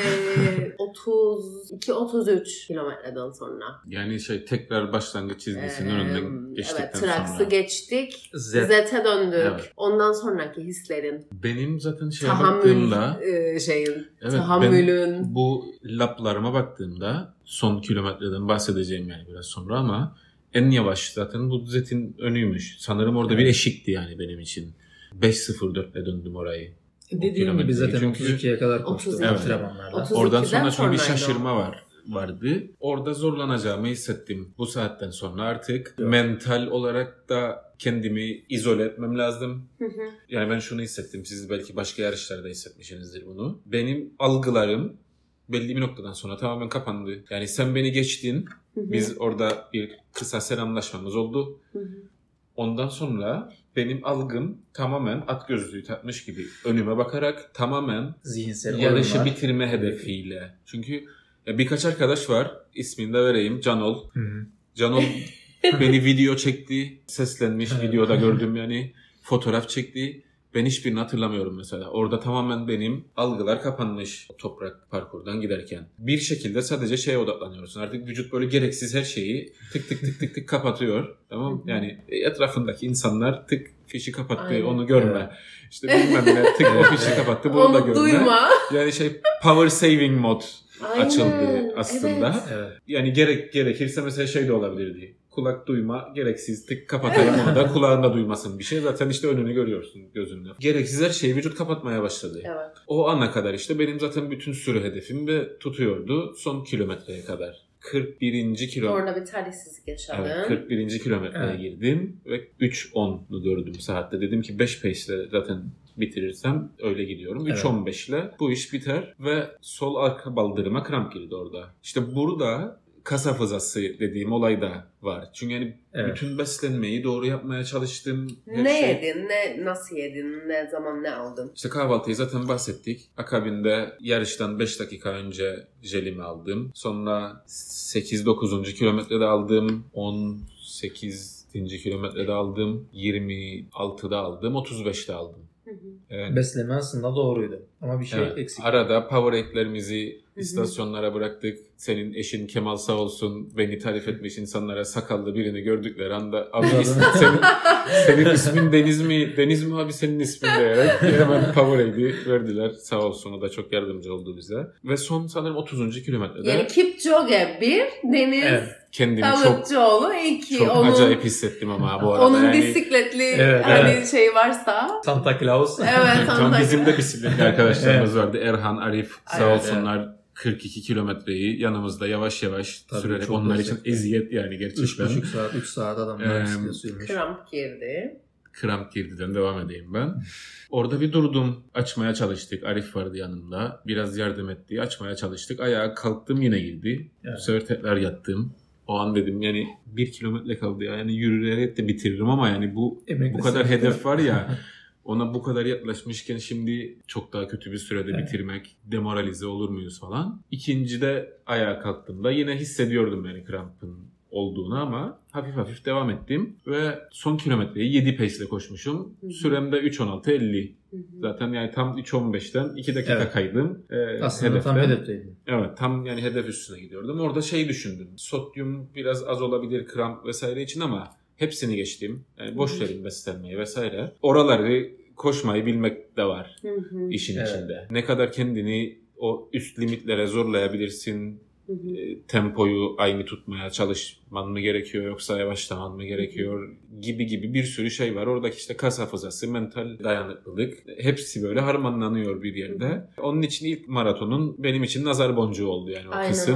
otuz iki otuz üç kilometreden sonra. Yani şey tekrar başlangıç çizgisinin Ee, önünden geçtikten evet, Traks'ı sonra. geçtik. Z. Z'e döndük. Evet. Ondan sonraki hislerin. Benim zaten şeye Tahammül baktığımda e, şeyin. evet, tahammülün. ben bu laplarıma baktığımda son kilometreden bahsedeceğim yani biraz sonra ama en yavaş zaten bu Z'in önüymüş. Sanırım orada Evet. bir eşikti yani benim için. beş sıfır dörtle döndüm orayı. Dediğim gibi zaten Çünkü- otuz ikiye kadar koştu otuz iki. antrenmanlarda. otuz Oradan ikiden sonra çünkü bir sonraydı şaşırma o. var vardı. Orada zorlanacağımı hissettim. Bu saatten sonra artık Evet. mental olarak da kendimi izole etmem lazım. Hı hı. Yani ben şunu hissettim. Siz belki başka yarışlarda hissetmişsinizdir bunu. Benim algılarım belli bir noktadan sonra tamamen kapandı. Yani sen beni geçtin. Hı hı. Biz orada bir kısa selamlaşmamız oldu. Hı hı. Ondan sonra benim algım tamamen at gözlüğü takmış gibi önüme bakarak tamamen Zihinsel yarışı oyunlar. bitirme hedefiyle. Çünkü ya birkaç arkadaş var. İsmini de vereyim. Canol. Hı hı. Canol beni video çekti. Seslenmiş. Evet. Videoda gördüm yani. Fotoğraf çekti. Ben hiçbirini hatırlamıyorum mesela. Orada tamamen benim algılar kapanmış o toprak parkurdan giderken. Bir şekilde sadece şeye odaklanıyorsun. Artık vücut böyle gereksiz her şeyi tık tık tık tık tık kapatıyor. Tamam? Yani etrafındaki insanlar tık fişi kapattı. Aynen. Onu görme. Evet. İşte bilmem ne tık o fişi kapattı. Bunu da Onu görme. duyma. Yani şey power saving mod Aynen. açıldı aslında. Evet. Evet. Yani gerek gerekirse mesela şey de olabilirdi. Kulak duyma gereksiz tık kapatayım onu da kulağında duymasın bir şey. Zaten işte önünü görüyorsun gözünle. Gereksiz her şeyi vücut kapatmaya başladı. Evet. O ana kadar işte benim zaten bütün süre hedefim de tutuyordu son kilometreye kadar. kırk birinci kilometre. Orada bir talihsizlik yaşadın. Evet, kırk birinci kilometreye Evet. girdim ve üç onlu gördüm saatte. Dedim ki beş pace'le zaten bitirirsem öyle gidiyorum. Evet. üç on beşle bu iş biter ve sol arka baldırıma kramp girdi orada. İşte burada kas hafızası dediğim olay da var. Çünkü yani Evet. bütün beslenmeyi doğru yapmaya çalıştım. Her Ne şey- yedin? Ne nasıl yedin? Ne zaman ne aldın? İşte kahvaltıyı zaten bahsettik. Akabinde yarıştan beş dakika önce jelimi aldım. Sonra sekiz dokuzuncu kilometrede aldım. on sekizinci kilometrede aldım. yirmi altıda aldım. otuz beşte aldım. Hı hı. Evet. Besleme aslında doğruydu. Ama bir şey Evet. eksik. Arada powerade Hı hı. istasyonlara bıraktık. Senin eşin Kemal sağ olsun beni tarif etmiş insanlara sakallı birini gördükleri anda abi is- senin, senin ismin Deniz mi? Deniz mi abi senin ismin diyerek hemen Powerade'i verdiler. Sağ olsun o da çok yardımcı oldu bize. Ve son sanırım otuzuncu kilometrede Yani Kipchoge bir, Deniz Evet. kendimi çok Dalıkçıoğlu iki. çok onun, acayip hissettim ama bu arada onun yani. bisikletli Evet, hani evet. şey varsa. Santa Claus. Evet, Tam Santa bizim de bisikletli arkadaşlarımız Evet. vardı. Erhan, Arif sağ Evet, olsunlar. kırk iki kilometreyi yanımızda yavaş yavaş Tabii, sürerek çok onlar basit. için eziyet yani üç gerçekten. buçuk saat, üç saat adamlar Ee, bisiklet sürmüş. Kramp girdi. Kramp girdiden devam edeyim ben. Orada bir durdum. Açmaya çalıştık. Arif vardı yanımda. Biraz yardım etti. Açmaya çalıştık. Ayağa kalktım yine girdi. Evet. Bu sefer tekrar yattım. O an dedim yani bir kilometre kaldı ya. Yani yürüyerek de bitiririm ama yani bu Emekli bu kadar sınıfta. hedef var ya. Ona bu kadar yaklaşmışken şimdi çok daha kötü bir sürede Evet. bitirmek, demoralize olur muyuz falan. İkincide ayağa kalktığımda yine hissediyordum yani krampın olduğunu ama hafif hafif devam ettim. Ve son kilometreyi yedi pace ile koşmuşum. Hı hı. Süremde üç on altı elli. Hı hı. Zaten yani tam üç on beşten iki dakika Evet. kaydım. Ee, Aslında tam hedeften. hedefteydi. Evet tam yani hedef üstüne gidiyordum. Orada şey düşündüm. Sodyum biraz az olabilir kramp vesaire için ama hepsini geçtim. Yani boş Hı hı. verin beslenmeyi vesaire. Oraları koşmayı bilmek de var Hı hı. işin Evet. içinde. Ne kadar kendini o üst limitlere zorlayabilirsin. Hı hı. E, tempoyu aynı tutmaya çalışman mı gerekiyor yoksa yavaşlaman mı gerekiyor gibi gibi bir sürü şey var. Oradaki işte kas hafızası, mental dayanıklılık hepsi böyle harmanlanıyor bir yerde. Onun için ilk maratonun benim için nazar boncuğu oldu yani o Aynen kısım. öyle oldu.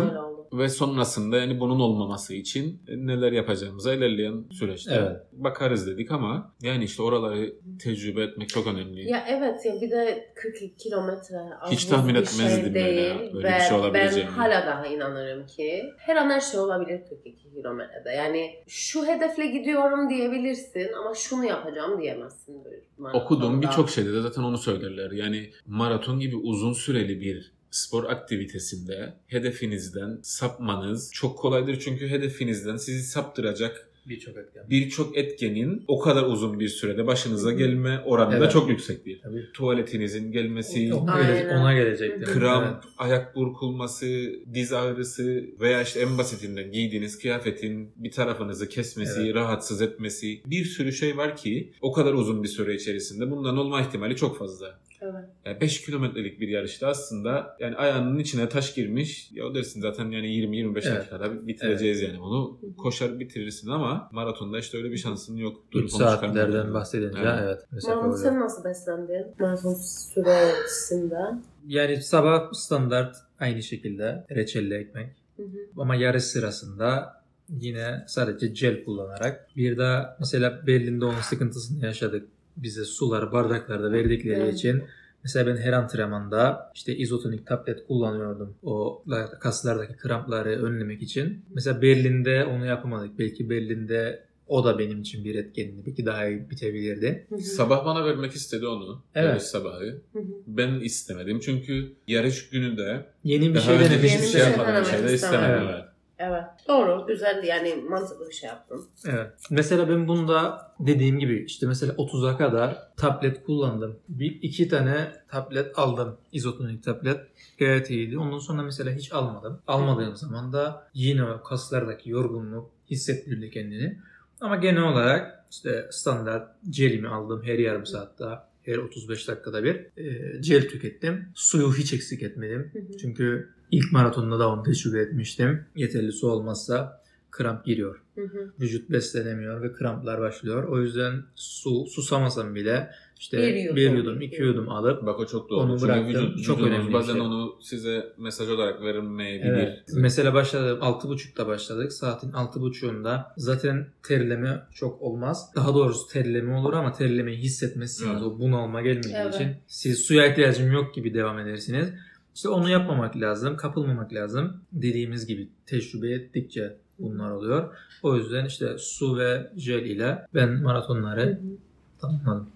ve sonrasında yani bunun olmaması için neler yapacağımıza ilerleyen süreçte evet. bakarız dedik ama yani işte oraları tecrübe etmek çok önemli. Ya evet ya bir de kırk iki kilometre hiç tahmin etmezdim şey değil. Böyle, böyle bir şey olabileceğini. Ben hala daha inanırım ki her an her şey olabilir kırk iki kilometrede. Yani şu hedefle gidiyorum diyebilirsin ama şunu yapacağım diyemezsin. Okuduğum birçok şeyde de zaten onu söylerler. Yani maraton gibi uzun süreli bir spor aktivitesinde hedefinizden sapmanız çok kolaydır. Çünkü hedefinizden sizi saptıracak birçok etken. Birçok etkenin o kadar uzun bir sürede başınıza gelme oranı evet. da çok yüksektir. Tabii. Tuvaletinizin gelmesi, ona, gelecek, ona gelecektir. Kramp, evet. ayak burkulması, diz ağrısı veya işte en basitinden giydiğiniz kıyafetin bir tarafınızı kesmesi, evet. rahatsız etmesi, bir sürü şey var ki o kadar uzun bir süre içerisinde bundan olma ihtimali çok fazla. Evet. Yani beş kilometrelik bir yarışta aslında yani ayağının içine taş girmiş. Ya o dersin zaten yani yirmi yirmi beş evet. dakikada bitireceğiz evet. yani onu. Koşar bitirirsin ama maratonda işte öyle bir şansın yok. üç saatlerden bahsedince evet. evet. Maraton sen nasıl beslendin? Maraton süresinde. Yani sabah standart aynı şekilde reçelli ekmek. Hı hı. Ama yarış sırasında yine sadece jel kullanarak. Bir de mesela Berlin'de onun sıkıntısını yaşadık. Bize suları bardaklarda verdikleri evet. için mesela ben her antrenmanda işte izotonik tablet kullanıyordum. O kaslardaki krampları önlemek için. Mesela Berlin'de onu yapamadık. Belki Berlin'de o da benim için bir etkenli. Belki daha iyi bitebilirdi. Hı hı. Sabah bana vermek istedi onu. Evet. Yarış sabahı. Hı hı. Ben istemedim. Çünkü yarış günü de yeni bir şey denemek hiçbir şey yapmadım. Bir şey de istemedim. Evet. Evet. Doğru. Güzel. Yani mantıklı bir şey yaptın. Evet. Mesela ben bunda dediğim gibi işte mesela otuza kadar tablet kullandım. Bir iki tane tablet aldım. İzotonik tablet. Gayet iyiydi. Ondan sonra mesela hiç almadım. Almadığım zaman da yine o kaslardaki yorgunluk hissettirdi kendini. Ama genel olarak işte standart jelimi aldım her yarım saatte. Her otuz beş dakikada bir e, jel tükettim. Suyu hiç eksik etmedim. Hı hı. Çünkü ilk maratonda da onu tecrübe etmiştim. Yeterli su olmazsa kramp giriyor. Hı hı. Vücut beslenemiyor ve kramplar başlıyor. O yüzden su susamasam bile işte bir yudum, bir yudum iki yudum alıp bak o çok doğru. Onu bıraktım. Vücut, çok önemli bazen bir şey. onu size mesaj olarak verilmeyebilir. Evet. Mesela başladım altı buçukta başladık. Saatin altı buçuğunda zaten terleme çok olmaz. Daha doğrusu terleme olur ama terlemeyi hissetmezsiniz. Evet. O bunalma gelmediği evet. için siz suya ihtiyacım yok gibi devam edersiniz. İşte onu yapmamak lazım, kapılmamak lazım. Dediğimiz gibi tecrübe ettikçe bunlar oluyor. O yüzden işte su ve jel ile ben maratonları tamamladım.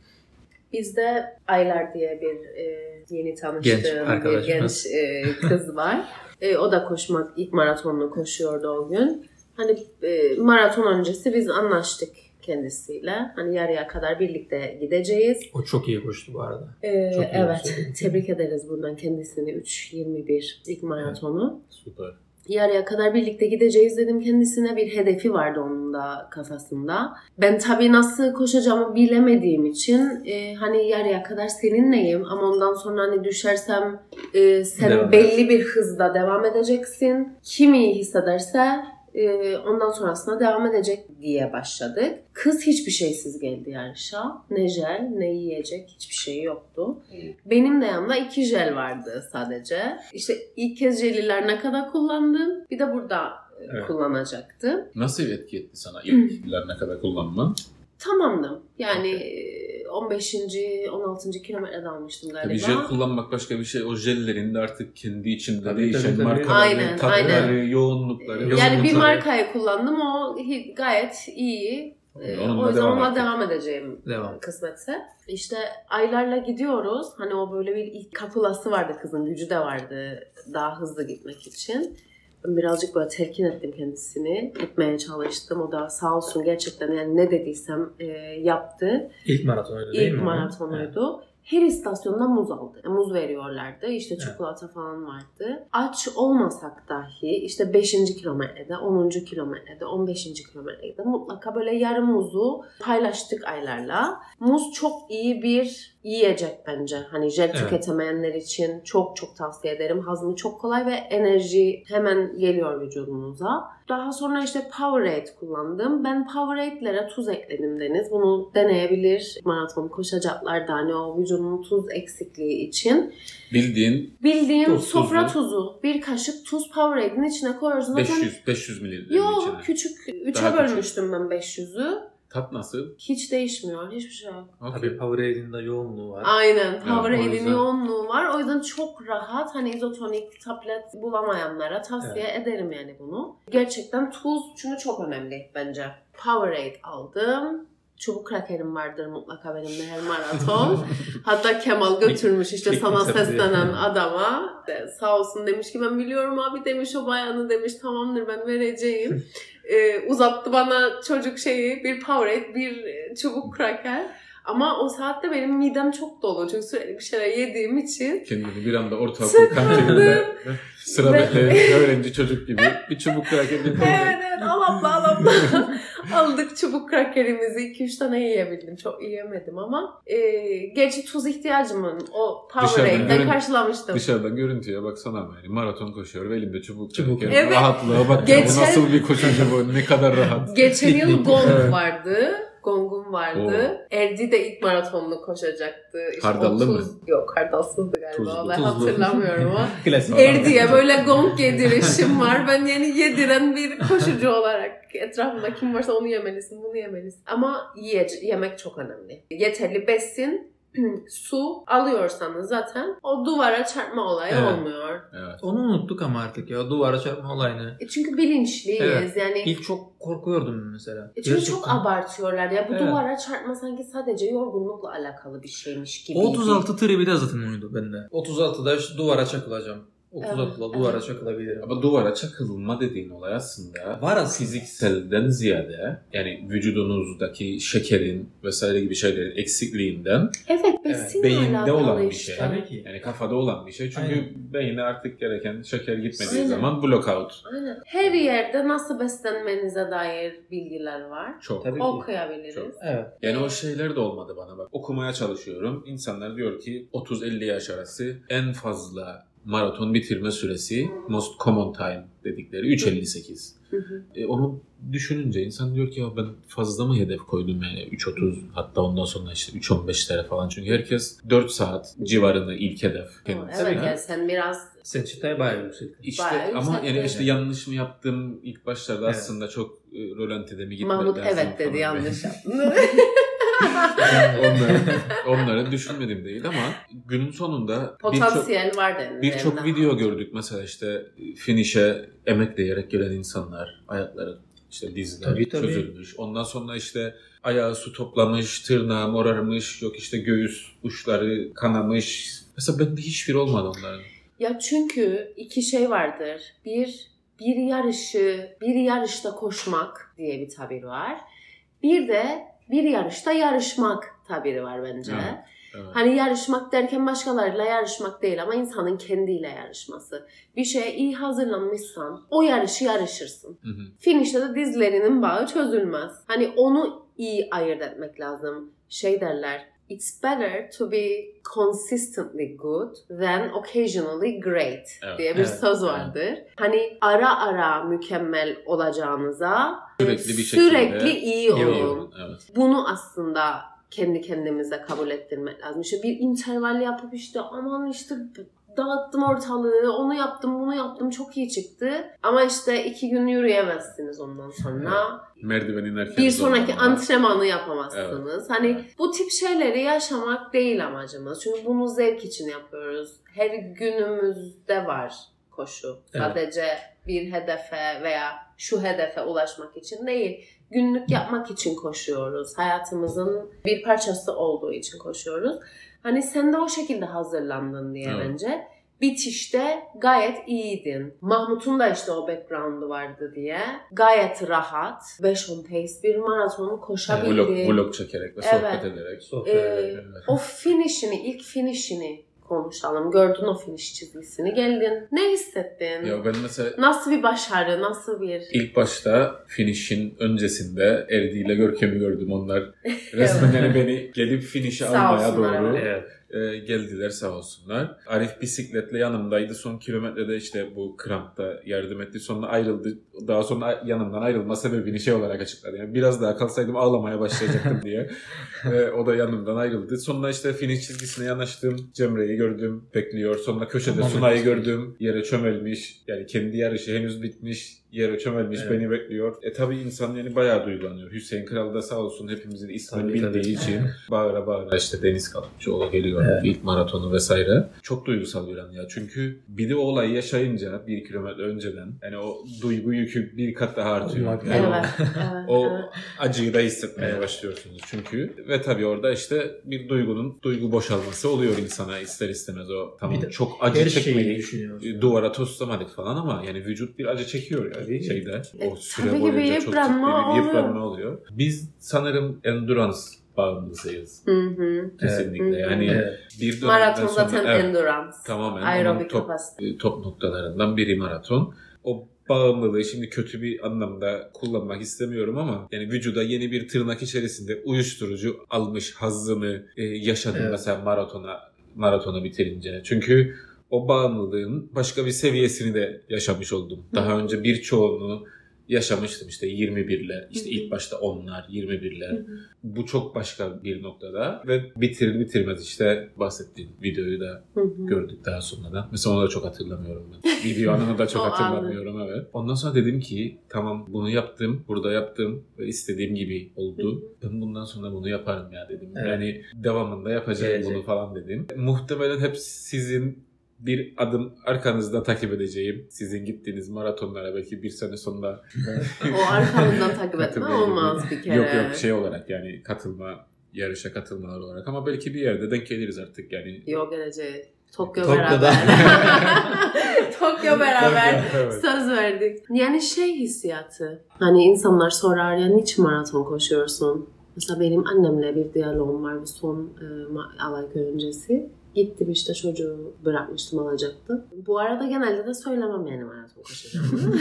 Bizde Aylar diye bir e, yeni tanıştığım genç bir genç e, kız var. E, o da koşmak, ilk maratonunu koşuyordu o gün. Hani e, maraton öncesi biz anlaştık kendisiyle. Hani yarıya kadar birlikte gideceğiz. O çok iyi koştu bu arada. Ee, evet. Tebrik ederiz buradan kendisini. üç yirmi bir ilk maratonu. Süper. Yarıya kadar birlikte gideceğiz dedim kendisine. Bir hedefi vardı onun da kafasında. Ben tabii nasıl koşacağımı bilemediğim için e, hani yarıya kadar seninleyim ama ondan sonra hani düşersem e, sen devam belli et. Bir hızda devam edeceksin. Kim iyi hissederse Ee, ondan sonrasında devam edecek diye başladık. Kız hiçbir şeysiz geldi yarışa. Ne jel, ne yiyecek, hiçbir şey yoktu. Benim de yanımda iki jel vardı sadece. İşte ilk kez jeliler ne kadar kullandım. Bir de burada evet. kullanacaktım. Nasıl etki etti sana ilk jeliler ne kadar kullanman? Tamamdım. Yani okay. on beşinci on altıncı kilometrede almıştım galiba. Tabii jel kullanmak başka bir şey. O jellerin de artık kendi içinde tabii, değişen markaları, tatları, yoğunlukları. Yani yoğunlukları. Bir markayı kullandım. O gayet iyi. Onunla o yüzden devam onunla devam edeceğim devam. Kısmetse. İşte Aylarla gidiyoruz. Hani o böyle bir ilk kapılası vardı kızın. Gücü de vardı daha hızlı gitmek için. Birazcık böyle telkin ettim kendisini. Gitmeye çalıştım. O da sağ olsun gerçekten yani ne dediysem e, yaptı. İlk maratonuydu değil İlk mi? İlk maratonuydu. Evet. Her istasyonda muz aldı. Muz veriyorlardı. İşte çikolata evet. falan vardı. Aç olmasak dahi işte beşinci kilometrede, onuncu kilometrede, on beşinci kilometrede mutlaka böyle yarım muzu paylaştık Aylarla. Muz çok iyi bir yiyecek bence. Hani jel evet. tüketemeyenler için çok çok tavsiye ederim. Hazmı çok kolay ve enerji hemen geliyor vücudunuza. Daha sonra işte Powerade kullandım. Ben Powerade'lere tuz ekledim Deniz. Bunu deneyebilir maraton koşacaklar da hani o vücudun tuz eksikliği için. Bildiğin Bildiğin tuz, sofra tuzu. tuzu. Bir kaşık tuz Powerade'in içine koyuyorsun. beş yüz beş yüz mililitre Yok içine. küçük. üçe Daha bölmüştüm ben beş yüzü. Tat nasıl? Hiç değişmiyor. Hiçbir şey yok. Okay. Tabii Powerade'in de yoğunluğu var. Aynen. o Powerade'in yüzden- yoğunluğu var. O yüzden çok rahat. Hani izotonik tablet bulamayanlara tavsiye ederim yani bunu. Gerçekten tuz çünkü çok önemli bence. Powerade aldım. Çubuk krakerim vardır mutlaka benim de her maraton. Hatta Kemal götürmüş işte Çektim sana tabii. seslenen adama. De, sağ olsun demiş ki ben biliyorum abi demiş o bayanı demiş tamamdır ben vereceğim. Ee, uzattı bana çocuk şeyi bir Powerade bir çubuk kraker. Ama o saatte benim midem çok dolu. Çünkü sürekli bir şeyler yediğim için. Kendini bir anda ortaokul kantininde sıra bekleyen öğrenci çocuk gibi bir çubuk kraker bir Evet evet al abla al abla. Aldık çubuk krakerimizi. iki üç tane yiyebildim. Çok yiyemedim ama. E, gerçi tuz ihtiyacımın o Powerade'den görün- karşılamıştım. Dışarıdan görüntüye baksana ama yani maraton koşuyor ve elimde çubuk Çubuk. kraker. Evet. Rahatlığa bak ya, Geçen- bu nasıl bir koşucu bu, ne kadar rahat. Geçen yıl Piknik. gong Evet. vardı. Gongum vardı. Erdi de ilk maratonunu koşacaktı. İşte Hardallı mı? otuz Yok hardalsızdı galiba. Tuzlu, Ben tuzlu. hatırlamıyorum ama. Klasik. Erdi'ye böyle gong yedirişim var. Ben yani yediren bir koşucu olarak etrafımda kim varsa onu yemelisin, bunu yemelisin. Ama yiye, yemek çok önemli. Yeterli besin, su alıyorsanız zaten o duvara çarpma olayı Evet. olmuyor. Evet. Onu unuttuk ama artık ya duvara çarpma olayını. E çünkü bilinçliyiz. Evet. Yani İlk çok korkuyordum mesela. E çünkü Gerçekten. çok abartıyorlar ya. Bu Evet. duvara çarpma sanki sadece yorgunlukla alakalı bir şeymiş gibi. otuz altı tribi de zaten oydu bende. otuz altıda şu duvara çakılacağım. otuz altıda Evet, duvara evet. çakılabilirim. Ama duvara çakılma dediğin olay aslında Var aslında. fizikselden ziyade yani vücudunuzdaki şekerin vesaire gibi şeylerin eksikliğinden Evet, besinle beyinde alakalı olan bir işte. şey. Tabii ki. Yani kafada olan bir şey. Çünkü Aynen. beyine artık gereken şeker gitmediği Aynen. zaman blackout. Aynen. Her yerde nasıl beslenmenize dair bilgiler var. Çok. Tabii ki. Okuyabiliriz. Çok. Evet. Yani o şeyler de olmadı bana bak. Okumaya çalışıyorum. İnsanlar diyor ki otuz elli yaş arası en fazla maraton bitirme süresi most common time dedikleri üç elli sekiz. Hı hı. E, onu düşününce insan diyor ki ya ben fazla mı hedef koydum yani üç otuz hatta ondan sonra işte üç on beşlere falan. Çünkü herkes dört saat civarını ilk hedef. Ama kendisine. evet yani sen biraz Sen çıtayı bayağı yükselttin. İşte Bayağı ama yükseltti. yani işte yanlış mı yaptım ilk başlarda Evet. aslında çok e, rölantide mi gitmek Mahmut lazım evet dedi falan. yanlış yaptın. onları, onları düşünmedim değil ama günün sonunda birçok Potansiyel var denir. birçok yani. video gördük mesela işte finish'e emekleyerek gelen insanlar ayakları işte dizler Tabii, tabii. çözülmüş. Ondan sonra işte ayağı su toplamış, tırnağı morarmış, yok işte göğüs uçları kanamış. Mesela bende hiçbir olmadı onların. Ya çünkü iki şey vardır. Bir, bir yarışı, bir yarışta koşmak diye bir tabir var. Bir de bir yarışta yarışmak tabiri var bence. Evet, evet. Hani yarışmak derken başkalarıyla yarışmak değil ama insanın kendiyle yarışması. Bir şeye iyi hazırlanmışsan o yarışı yarışırsın. Hı hı. Finish'te de dizlerinin bağı çözülmez. Hani onu iyi ayırt etmek lazım. Şey derler, it's better to be consistently good than occasionally great Evet, diye bir evet, söz vardır. Hani ara ara mükemmel olacağınıza Sürekli bir sürekli şekilde iyi olun. iyi olun. Evet. Bunu aslında kendi kendimize kabul ettirmek lazım. İşte bir interval yapıp işte aman işte dağıttım ortalığı, onu yaptım, bunu yaptım, çok iyi çıktı. Ama işte iki gün yürüyemezsiniz ondan sonra. Merdiven inerken Bir sonraki zorlanma. antrenmanı yapamazsınız. Hani bu tip şeyleri yaşamak değil amacımız. Çünkü bunu zevk için yapıyoruz. Her günümüzde var koşu. Evet. Sadece bir hedefe veya şu hedefe ulaşmak için değil. Günlük yapmak için koşuyoruz. Hayatımızın bir parçası olduğu için koşuyoruz. Hani sen de o şekilde hazırlandın diye Evet. bence. Bitişte gayet iyiydin. Mahmut'un da işte o background'u vardı diye. Gayet rahat. beş on pace bir maratonu koşabildi. Vlog, vlog çekerek ve Evet. sohbet ederek. Sohbet Ee, ederek. Evet. o finishini, ilk finishini konuşalım. Gördün o finish çizgisini. Geldin. Ne hissettin? Ya ben mesela Nasıl bir başarı, nasıl bir... ilk başta finish'in öncesinde Erdi ile Görkem'i gördüm. Onlar resmen yani beni gelip finish'i Sağ almaya olsunlar, doğru Evet. e, geldiler sağ olsunlar. Arif bisikletle yanımdaydı. Son kilometrede işte bu krampta yardım etti. Sonra ayrıldı. Daha sonra yanımdan ayrılma sebebini şey olarak açıkladı. Yani biraz daha kalsaydım ağlamaya başlayacaktım diye. e, o da yanımdan ayrıldı. Sonra işte finish çizgisine yanaştım. Cemre'yi gördüm. Bekliyor. Sonra köşede tamam, Sunay'ı gördüm. Yere çömelmiş. Yani kendi yarışı henüz bitmiş. Yere çömelmiş evet. Beni bekliyor. E tabii insan yani bayağı duygulanıyor. Hüseyin Kral da sağ olsun hepimizin ismini tabii, bildiği tabii. için bağıra bağıra işte Deniz Kalınçoğlu geliyor. Evet. İlk maratonu vesaire. Çok duygusal bir an ya. Çünkü bir de o olayı yaşayınca bir kilometre önceden yani o duygu yükü bir kat daha artıyor. Yani evet. o, o acıyı da hissetmeye evet. başlıyorsunuz çünkü. Ve tabii orada işte bir duygunun duygu boşalması oluyor insana ister istemez o. Tamam çok acı çekmeyi duvara toslamadık falan ama yani vücut bir acı çekiyor yani. Şeyde, o süre tabii boyunca çok ciddi bir yıpranma oluyor. Biz sanırım endurance bağımlısıyız. Hı hı. Kesinlikle. Hı hı. Yani evet. bir dönemden maraton sonra zaten evet, endurance. Tamamen top, top noktalarından biri maraton. O bağımlılığı şimdi kötü bir anlamda kullanmak istemiyorum ama yani vücuda yeni bir tırnak içerisinde uyuşturucu almış hazzını e, yaşadım evet. mesela maratona maratona bitirince. Çünkü o bağımlılığın başka bir seviyesini de yaşamış oldum. Daha Hı. önce birçoğunu yaşamıştım işte yirmi birle, işte ilk başta onlar, yirmi birle. Bu çok başka bir noktada ve bitirir bitirmez işte bahsettiğim videoyu da Hı-hı. gördük daha sonradan. Mesela onu da çok hatırlamıyorum ben. Video anını da çok hatırlamıyorum evet. Ondan sonra dedim ki tamam bunu yaptım, burada yaptım ve istediğim gibi oldu. Hı-hı. Ben bundan sonra bunu yaparım ya dedim. Evet. Yani devamında yapacağım Gelecek. Bunu falan dedim. Muhtemelen hep sizin bir adım arkanızda takip edeceğim. Sizin gittiğiniz maratonlara belki bir sene sonra o arkamızdan takip etme olmaz bir kere. Yok yok şey olarak yani katılma, yarışa katılmalar olarak ama belki bir yerde denk geliriz artık yani. Yok geleceğiz. Tokyo beraber. Tokyo beraber evet. Söz verdik. Yani şey hissiyatı. Hani insanlar sorar ya niçin maraton koşuyorsun? Mesela benim annemle bir diyalogum var bu son e, Alayköy öncesi. Gittim işte çocuğu bırakmıştım alacaktım. Bu arada genelde de söylemem yani maraton koşacağımı.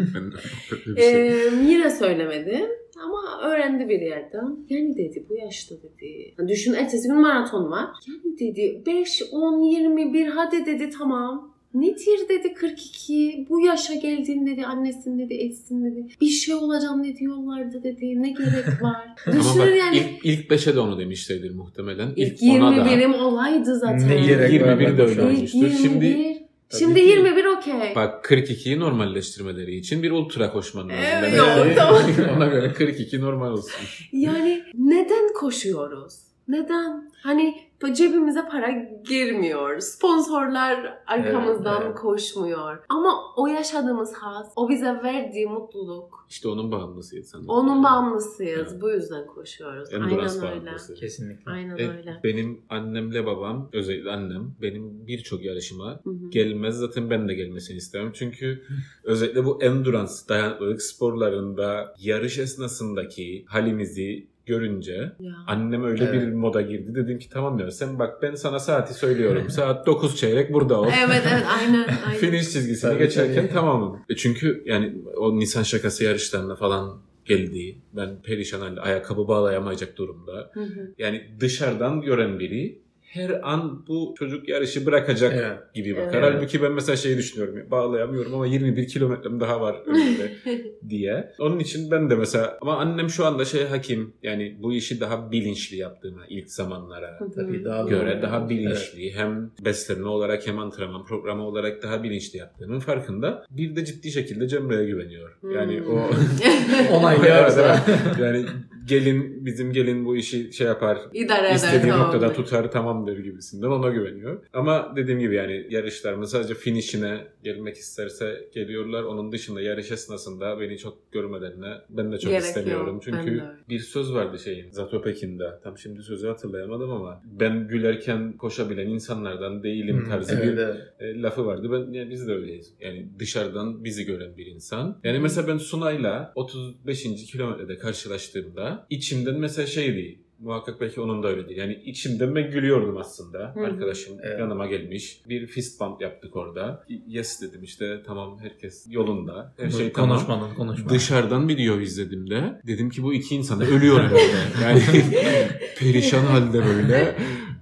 ee, yine söylemedim ama öğrendi bir yerden. Yani dedi bu yaşta dedi. Düşün ertesi gün maraton var. Yani dedi beş, on, yirmi bir hadi dedi tamam. Nedir dedi kırk iki bu yaşa geldin dedi annesin dedi etsin dedi bir şey olacağım dedi yollarda dedi ne gerek var. Ama bak yani, ilk, ilk beşe de onu demişlerdir muhtemelen. İlk, ilk yirmi birim olaydı zaten. Ne gerek yirmi bir de öyle olmuştur. Şimdi Şimdi yirmi bir okey. Bak kırk ikiyi normalleştirmeleri için bir ultra koşman lazım. Evet yok tamam. Ona göre kırk iki normal olsun. Yani neden koşuyoruz? Neden? Hani cebimize para girmiyor. Sponsorlar arkamızdan evet, evet. koşmuyor. Ama o yaşadığımız haz, o bize verdiği mutluluk. İşte onun bağımlısıyız sanırım. Onun bağımlısıyız. Evet. Bu yüzden koşuyoruz. Endurance Aynen öyle. Bağımlısı. Kesinlikle. Aynen e, öyle. Benim annemle babam, özellikle annem, benim birçok yarışıma Hı-hı. gelmez. Zaten ben de gelmesini istemem. Çünkü özellikle bu endurance, dayanıklılık sporlarında yarış esnasındaki halimizi görünce ya. Annem öyle evet. bir moda girdi. Dedim ki tamam ya sen bak ben sana saati söylüyorum. Saat dokuz çeyrek burada ol. Evet evet aynen. aynen. Finish çizgisini tabii geçerken tabii. Tamamım. E çünkü yani o Nisan şakası yarışlarına falan geldi. Ben perişan halde ayakkabı bağlayamayacak durumda. Hı hı. Yani dışarıdan gören biri her an bu çocuk yarışı bırakacak evet. gibi bakar. Evet. Halbuki ben mesela şeyi düşünüyorum. Bağlayamıyorum ama yirmi bir kilometrem daha var önümde diye. Onun için ben de mesela ama annem şu anda şey hakim. Yani bu işi daha bilinçli yaptığıma ilk zamanlara Tabii daha göre doğru. Daha bilinçli. Evet. Hem beslenme olarak hem antrenman programı olarak daha bilinçli yaptığımın farkında. Bir de ciddi şekilde Cemre'ye güveniyor. Yani hmm. o onaylıyor. Yani gelin bizim gelin bu işi şey yapar. İdare istediği eder, noktada tamam. tutar tamamdır gibisinden ona güveniyor. Ama dediğim gibi yani yarışlarımız sadece finishine gelmek isterse geliyorlar. Onun dışında yarış esnasında beni çok görmelerine ben de çok Gerek istemiyorum. Yok. Çünkü bir söz vardı şeyin Zatopekin'de. Tam şimdi sözü hatırlayamadım ama ben gülerken koşabilen insanlardan değilim hmm, tarzı evet, bir evet. lafı vardı. Ben yani biz de öyleyiz. Yani dışarıdan bizi gören bir insan. Yani hmm. mesela ben Sunay'la otuz beşinci kilometrede karşılaştığımda İçimden mesela şeydi, muhakkak belki onun da öyledir. Yani içimden ben gülüyordum aslında. Hı-hı. Arkadaşım evet. yanıma gelmiş. Bir fist bump yaptık orada. Yes dedim işte tamam herkes yolunda. Her şey tamam. Konuşmanın konuşmanın. Dışarıdan video izledim de. Dedim ki bu iki insan ölüyor herhalde. Yani perişan halde böyle.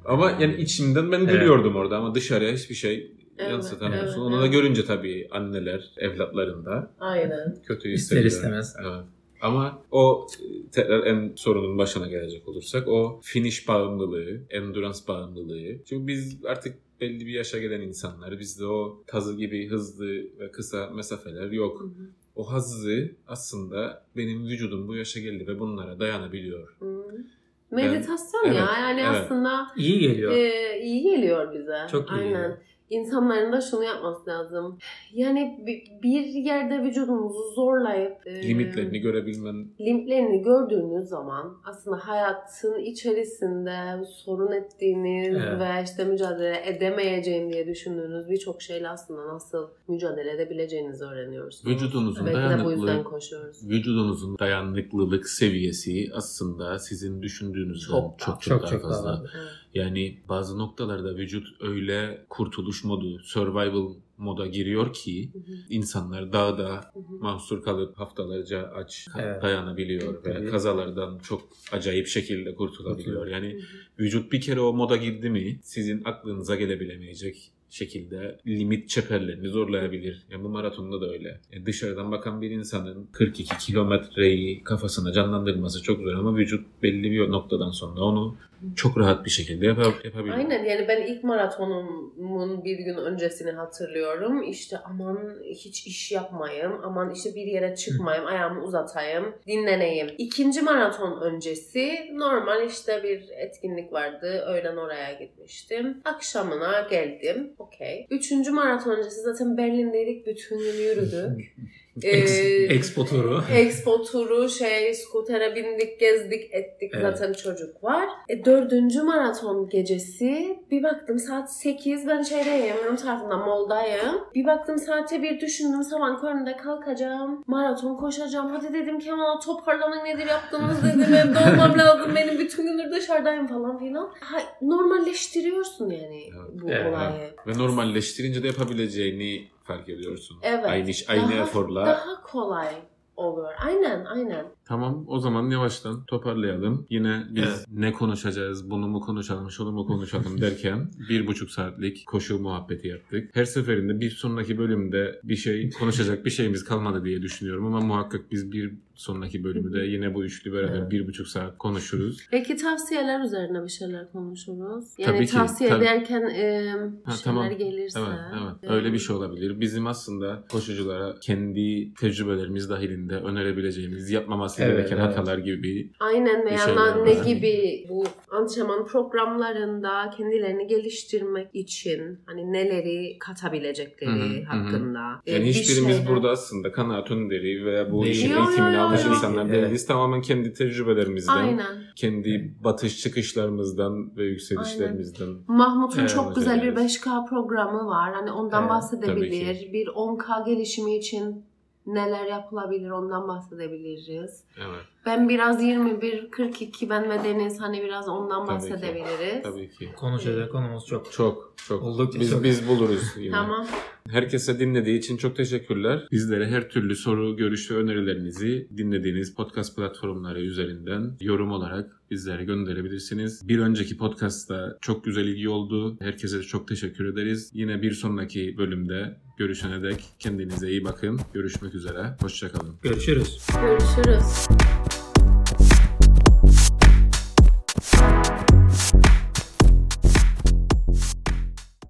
Ama yani içimden ben gülüyordum evet. orada ama dışarıya hiçbir şey evet, yansıtamıyorsun. Evet, Onu evet. da görünce tabii anneler evlatlarında aynen. kötü hissediyor. İster istemez. Evet. Ama o tekrar en sorunun başına gelecek olursak o finish bağımlılığı, endurance bağımlılığı. Çünkü biz artık belli bir yaşa gelen insanlar. Bizde o tazı gibi hızlı ve kısa mesafeler yok. Hı hı. O hazzı aslında benim vücudum bu yaşa geldi ve bunlara dayanabiliyor. Hı. Meditasyon ben, ya evet, yani evet. aslında iyi geliyor. E, iyi geliyor bize. Çok iyi. Aynen. Geliyor. İnsanların da şunu yapması lazım. Yani bir yerde vücudumuzu zorlayıp e, limitlerini görebilmen. Limitlerini gördüğünüz zaman aslında hayatın içerisinde sorun ettiğiniz evet. ve işte mücadele edemeyeceğim diye düşündüğünüz birçok şeyle aslında nasıl mücadele edebileceğinizi öğreniyorsunuz. Vücudunuzun belki dayanıklı, de bu yüzden koşuyoruz. Vücudunuzun dayanıklılık seviyesi aslında sizin düşündüğünüzden çok çok, çok, çok daha çok fazla. Daha. Evet. Yani bazı noktalarda vücut öyle kurtuluş modu, survival moda giriyor ki hı hı. insanlar dağda hı hı. mahsur kalıp haftalarca aç evet. dayanabiliyor ve kazalardan çok acayip şekilde kurtulabiliyor. Yani hı hı. vücut bir kere o moda girdi mi sizin aklınıza gelebilemeyecek şekilde limit çeperlerini zorlayabilir. Yani bu maratonda da öyle. Yani dışarıdan bakan bir insanın kırk iki kilometreyi kafasına canlandırması çok zor ama vücut belli bir noktadan sonra onu çok rahat bir şekilde yap- yapabiliyor. Aynen yani ben ilk maratonumun bir gün öncesini hatırlıyorum. İşte aman hiç iş yapmayayım, aman işte bir yere çıkmayayım, ayağımı uzatayım, dinleneyim. İkinci maraton öncesi normal işte bir etkinlik vardı. Öğlen oraya gitmiştim. Akşamına geldim. Okey. Üçüncü maraton öncesi zaten Berlin'deydik. Bütün gün yürüdük. ee, Expo turu. Expo turu, şey, skutere bindik, gezdik, ettik. Evet. Zaten çocuk var. E, dördüncü maraton gecesi bir baktım saat sekiz. Ben şeydeyim, ön tarafında moldayım. Bir baktım saate bir düşündüm. Sabah köründe kalkacağım. Maraton koşacağım. Hadi dedim Kemal toparlanın nedir yaptınız dedim. Evde olmam lazım. Benim bütün gündür dışarıdayım falan filan. Ha, normalleştiriyorsun yani evet. bu evet. olayı. Ve normalleştirince de yapabileceğini fark ediyorsun. Evet. Aynı iş, aynı daha, eforla. Daha kolay oluyor. Aynen, aynen. Tamam, o zaman yavaştan toparlayalım. Yine biz evet. ne konuşacağız, bunu mu konuşalım, şunu mu konuşalım derken bir buçuk saatlik koşu muhabbeti yaptık. Her seferinde bir sonraki bölümde bir şey konuşacak bir şeyimiz kalmadı diye düşünüyorum ama muhakkak biz bir sonraki bölümde yine bu üçlü beraber evet. bir buçuk saat konuşuruz. Belki tavsiyeler üzerine bir şeyler konuşuruz. Yani tabii ki, tavsiye tabii. ederken e, ha, şeyler tamam. gelirse. Evet, evet. Yani. Öyle bir şey olabilir. Bizim aslında koşuculara kendi tecrübelerimiz dahilinde önerebileceğimiz, yapmaması evet, gereken evet. hatalar gibi. Aynen veya ne gibi bu antrenman programlarında kendilerini geliştirmek için hani neleri katabilecekleri Hı-hı, hakkında. Hı-hı. Yani hiçbirimiz şeyler... burada aslında kanaat önderi veya bu işin eğitimini almış insanlar evet. değiliz. Tamamen kendi tecrübelerimizden, Aynen. kendi batış çıkışlarımızdan ve yükselişlerimizden. Aynen. Mahmut'un evet, çok güzel bir beş K programı var. Hani ondan evet, bahsedebilir. Bir on K gelişimi için neler yapılabilir ondan bahsedebiliriz. Evet. Ben biraz yirmi bir kırk iki ben ve Deniz hani biraz ondan tabii bahsedebiliriz. Ki. Tabii ki. Konuşacak konumuz çok. Çok çok. Oldukça biz çok. biz buluruz yine. Tamam. Herkese dinlediği için çok teşekkürler. Bizlere her türlü soru, görüş ve önerilerinizi dinlediğiniz podcast platformları üzerinden yorum olarak bizlere gönderebilirsiniz. Bir önceki podcastta çok güzel ilgi oldu. Herkese de çok teşekkür ederiz. Yine bir sonraki bölümde görüşene dek kendinize iyi bakın. Görüşmek üzere. Hoşça kalın. Görüşürüz. Görüşürüz.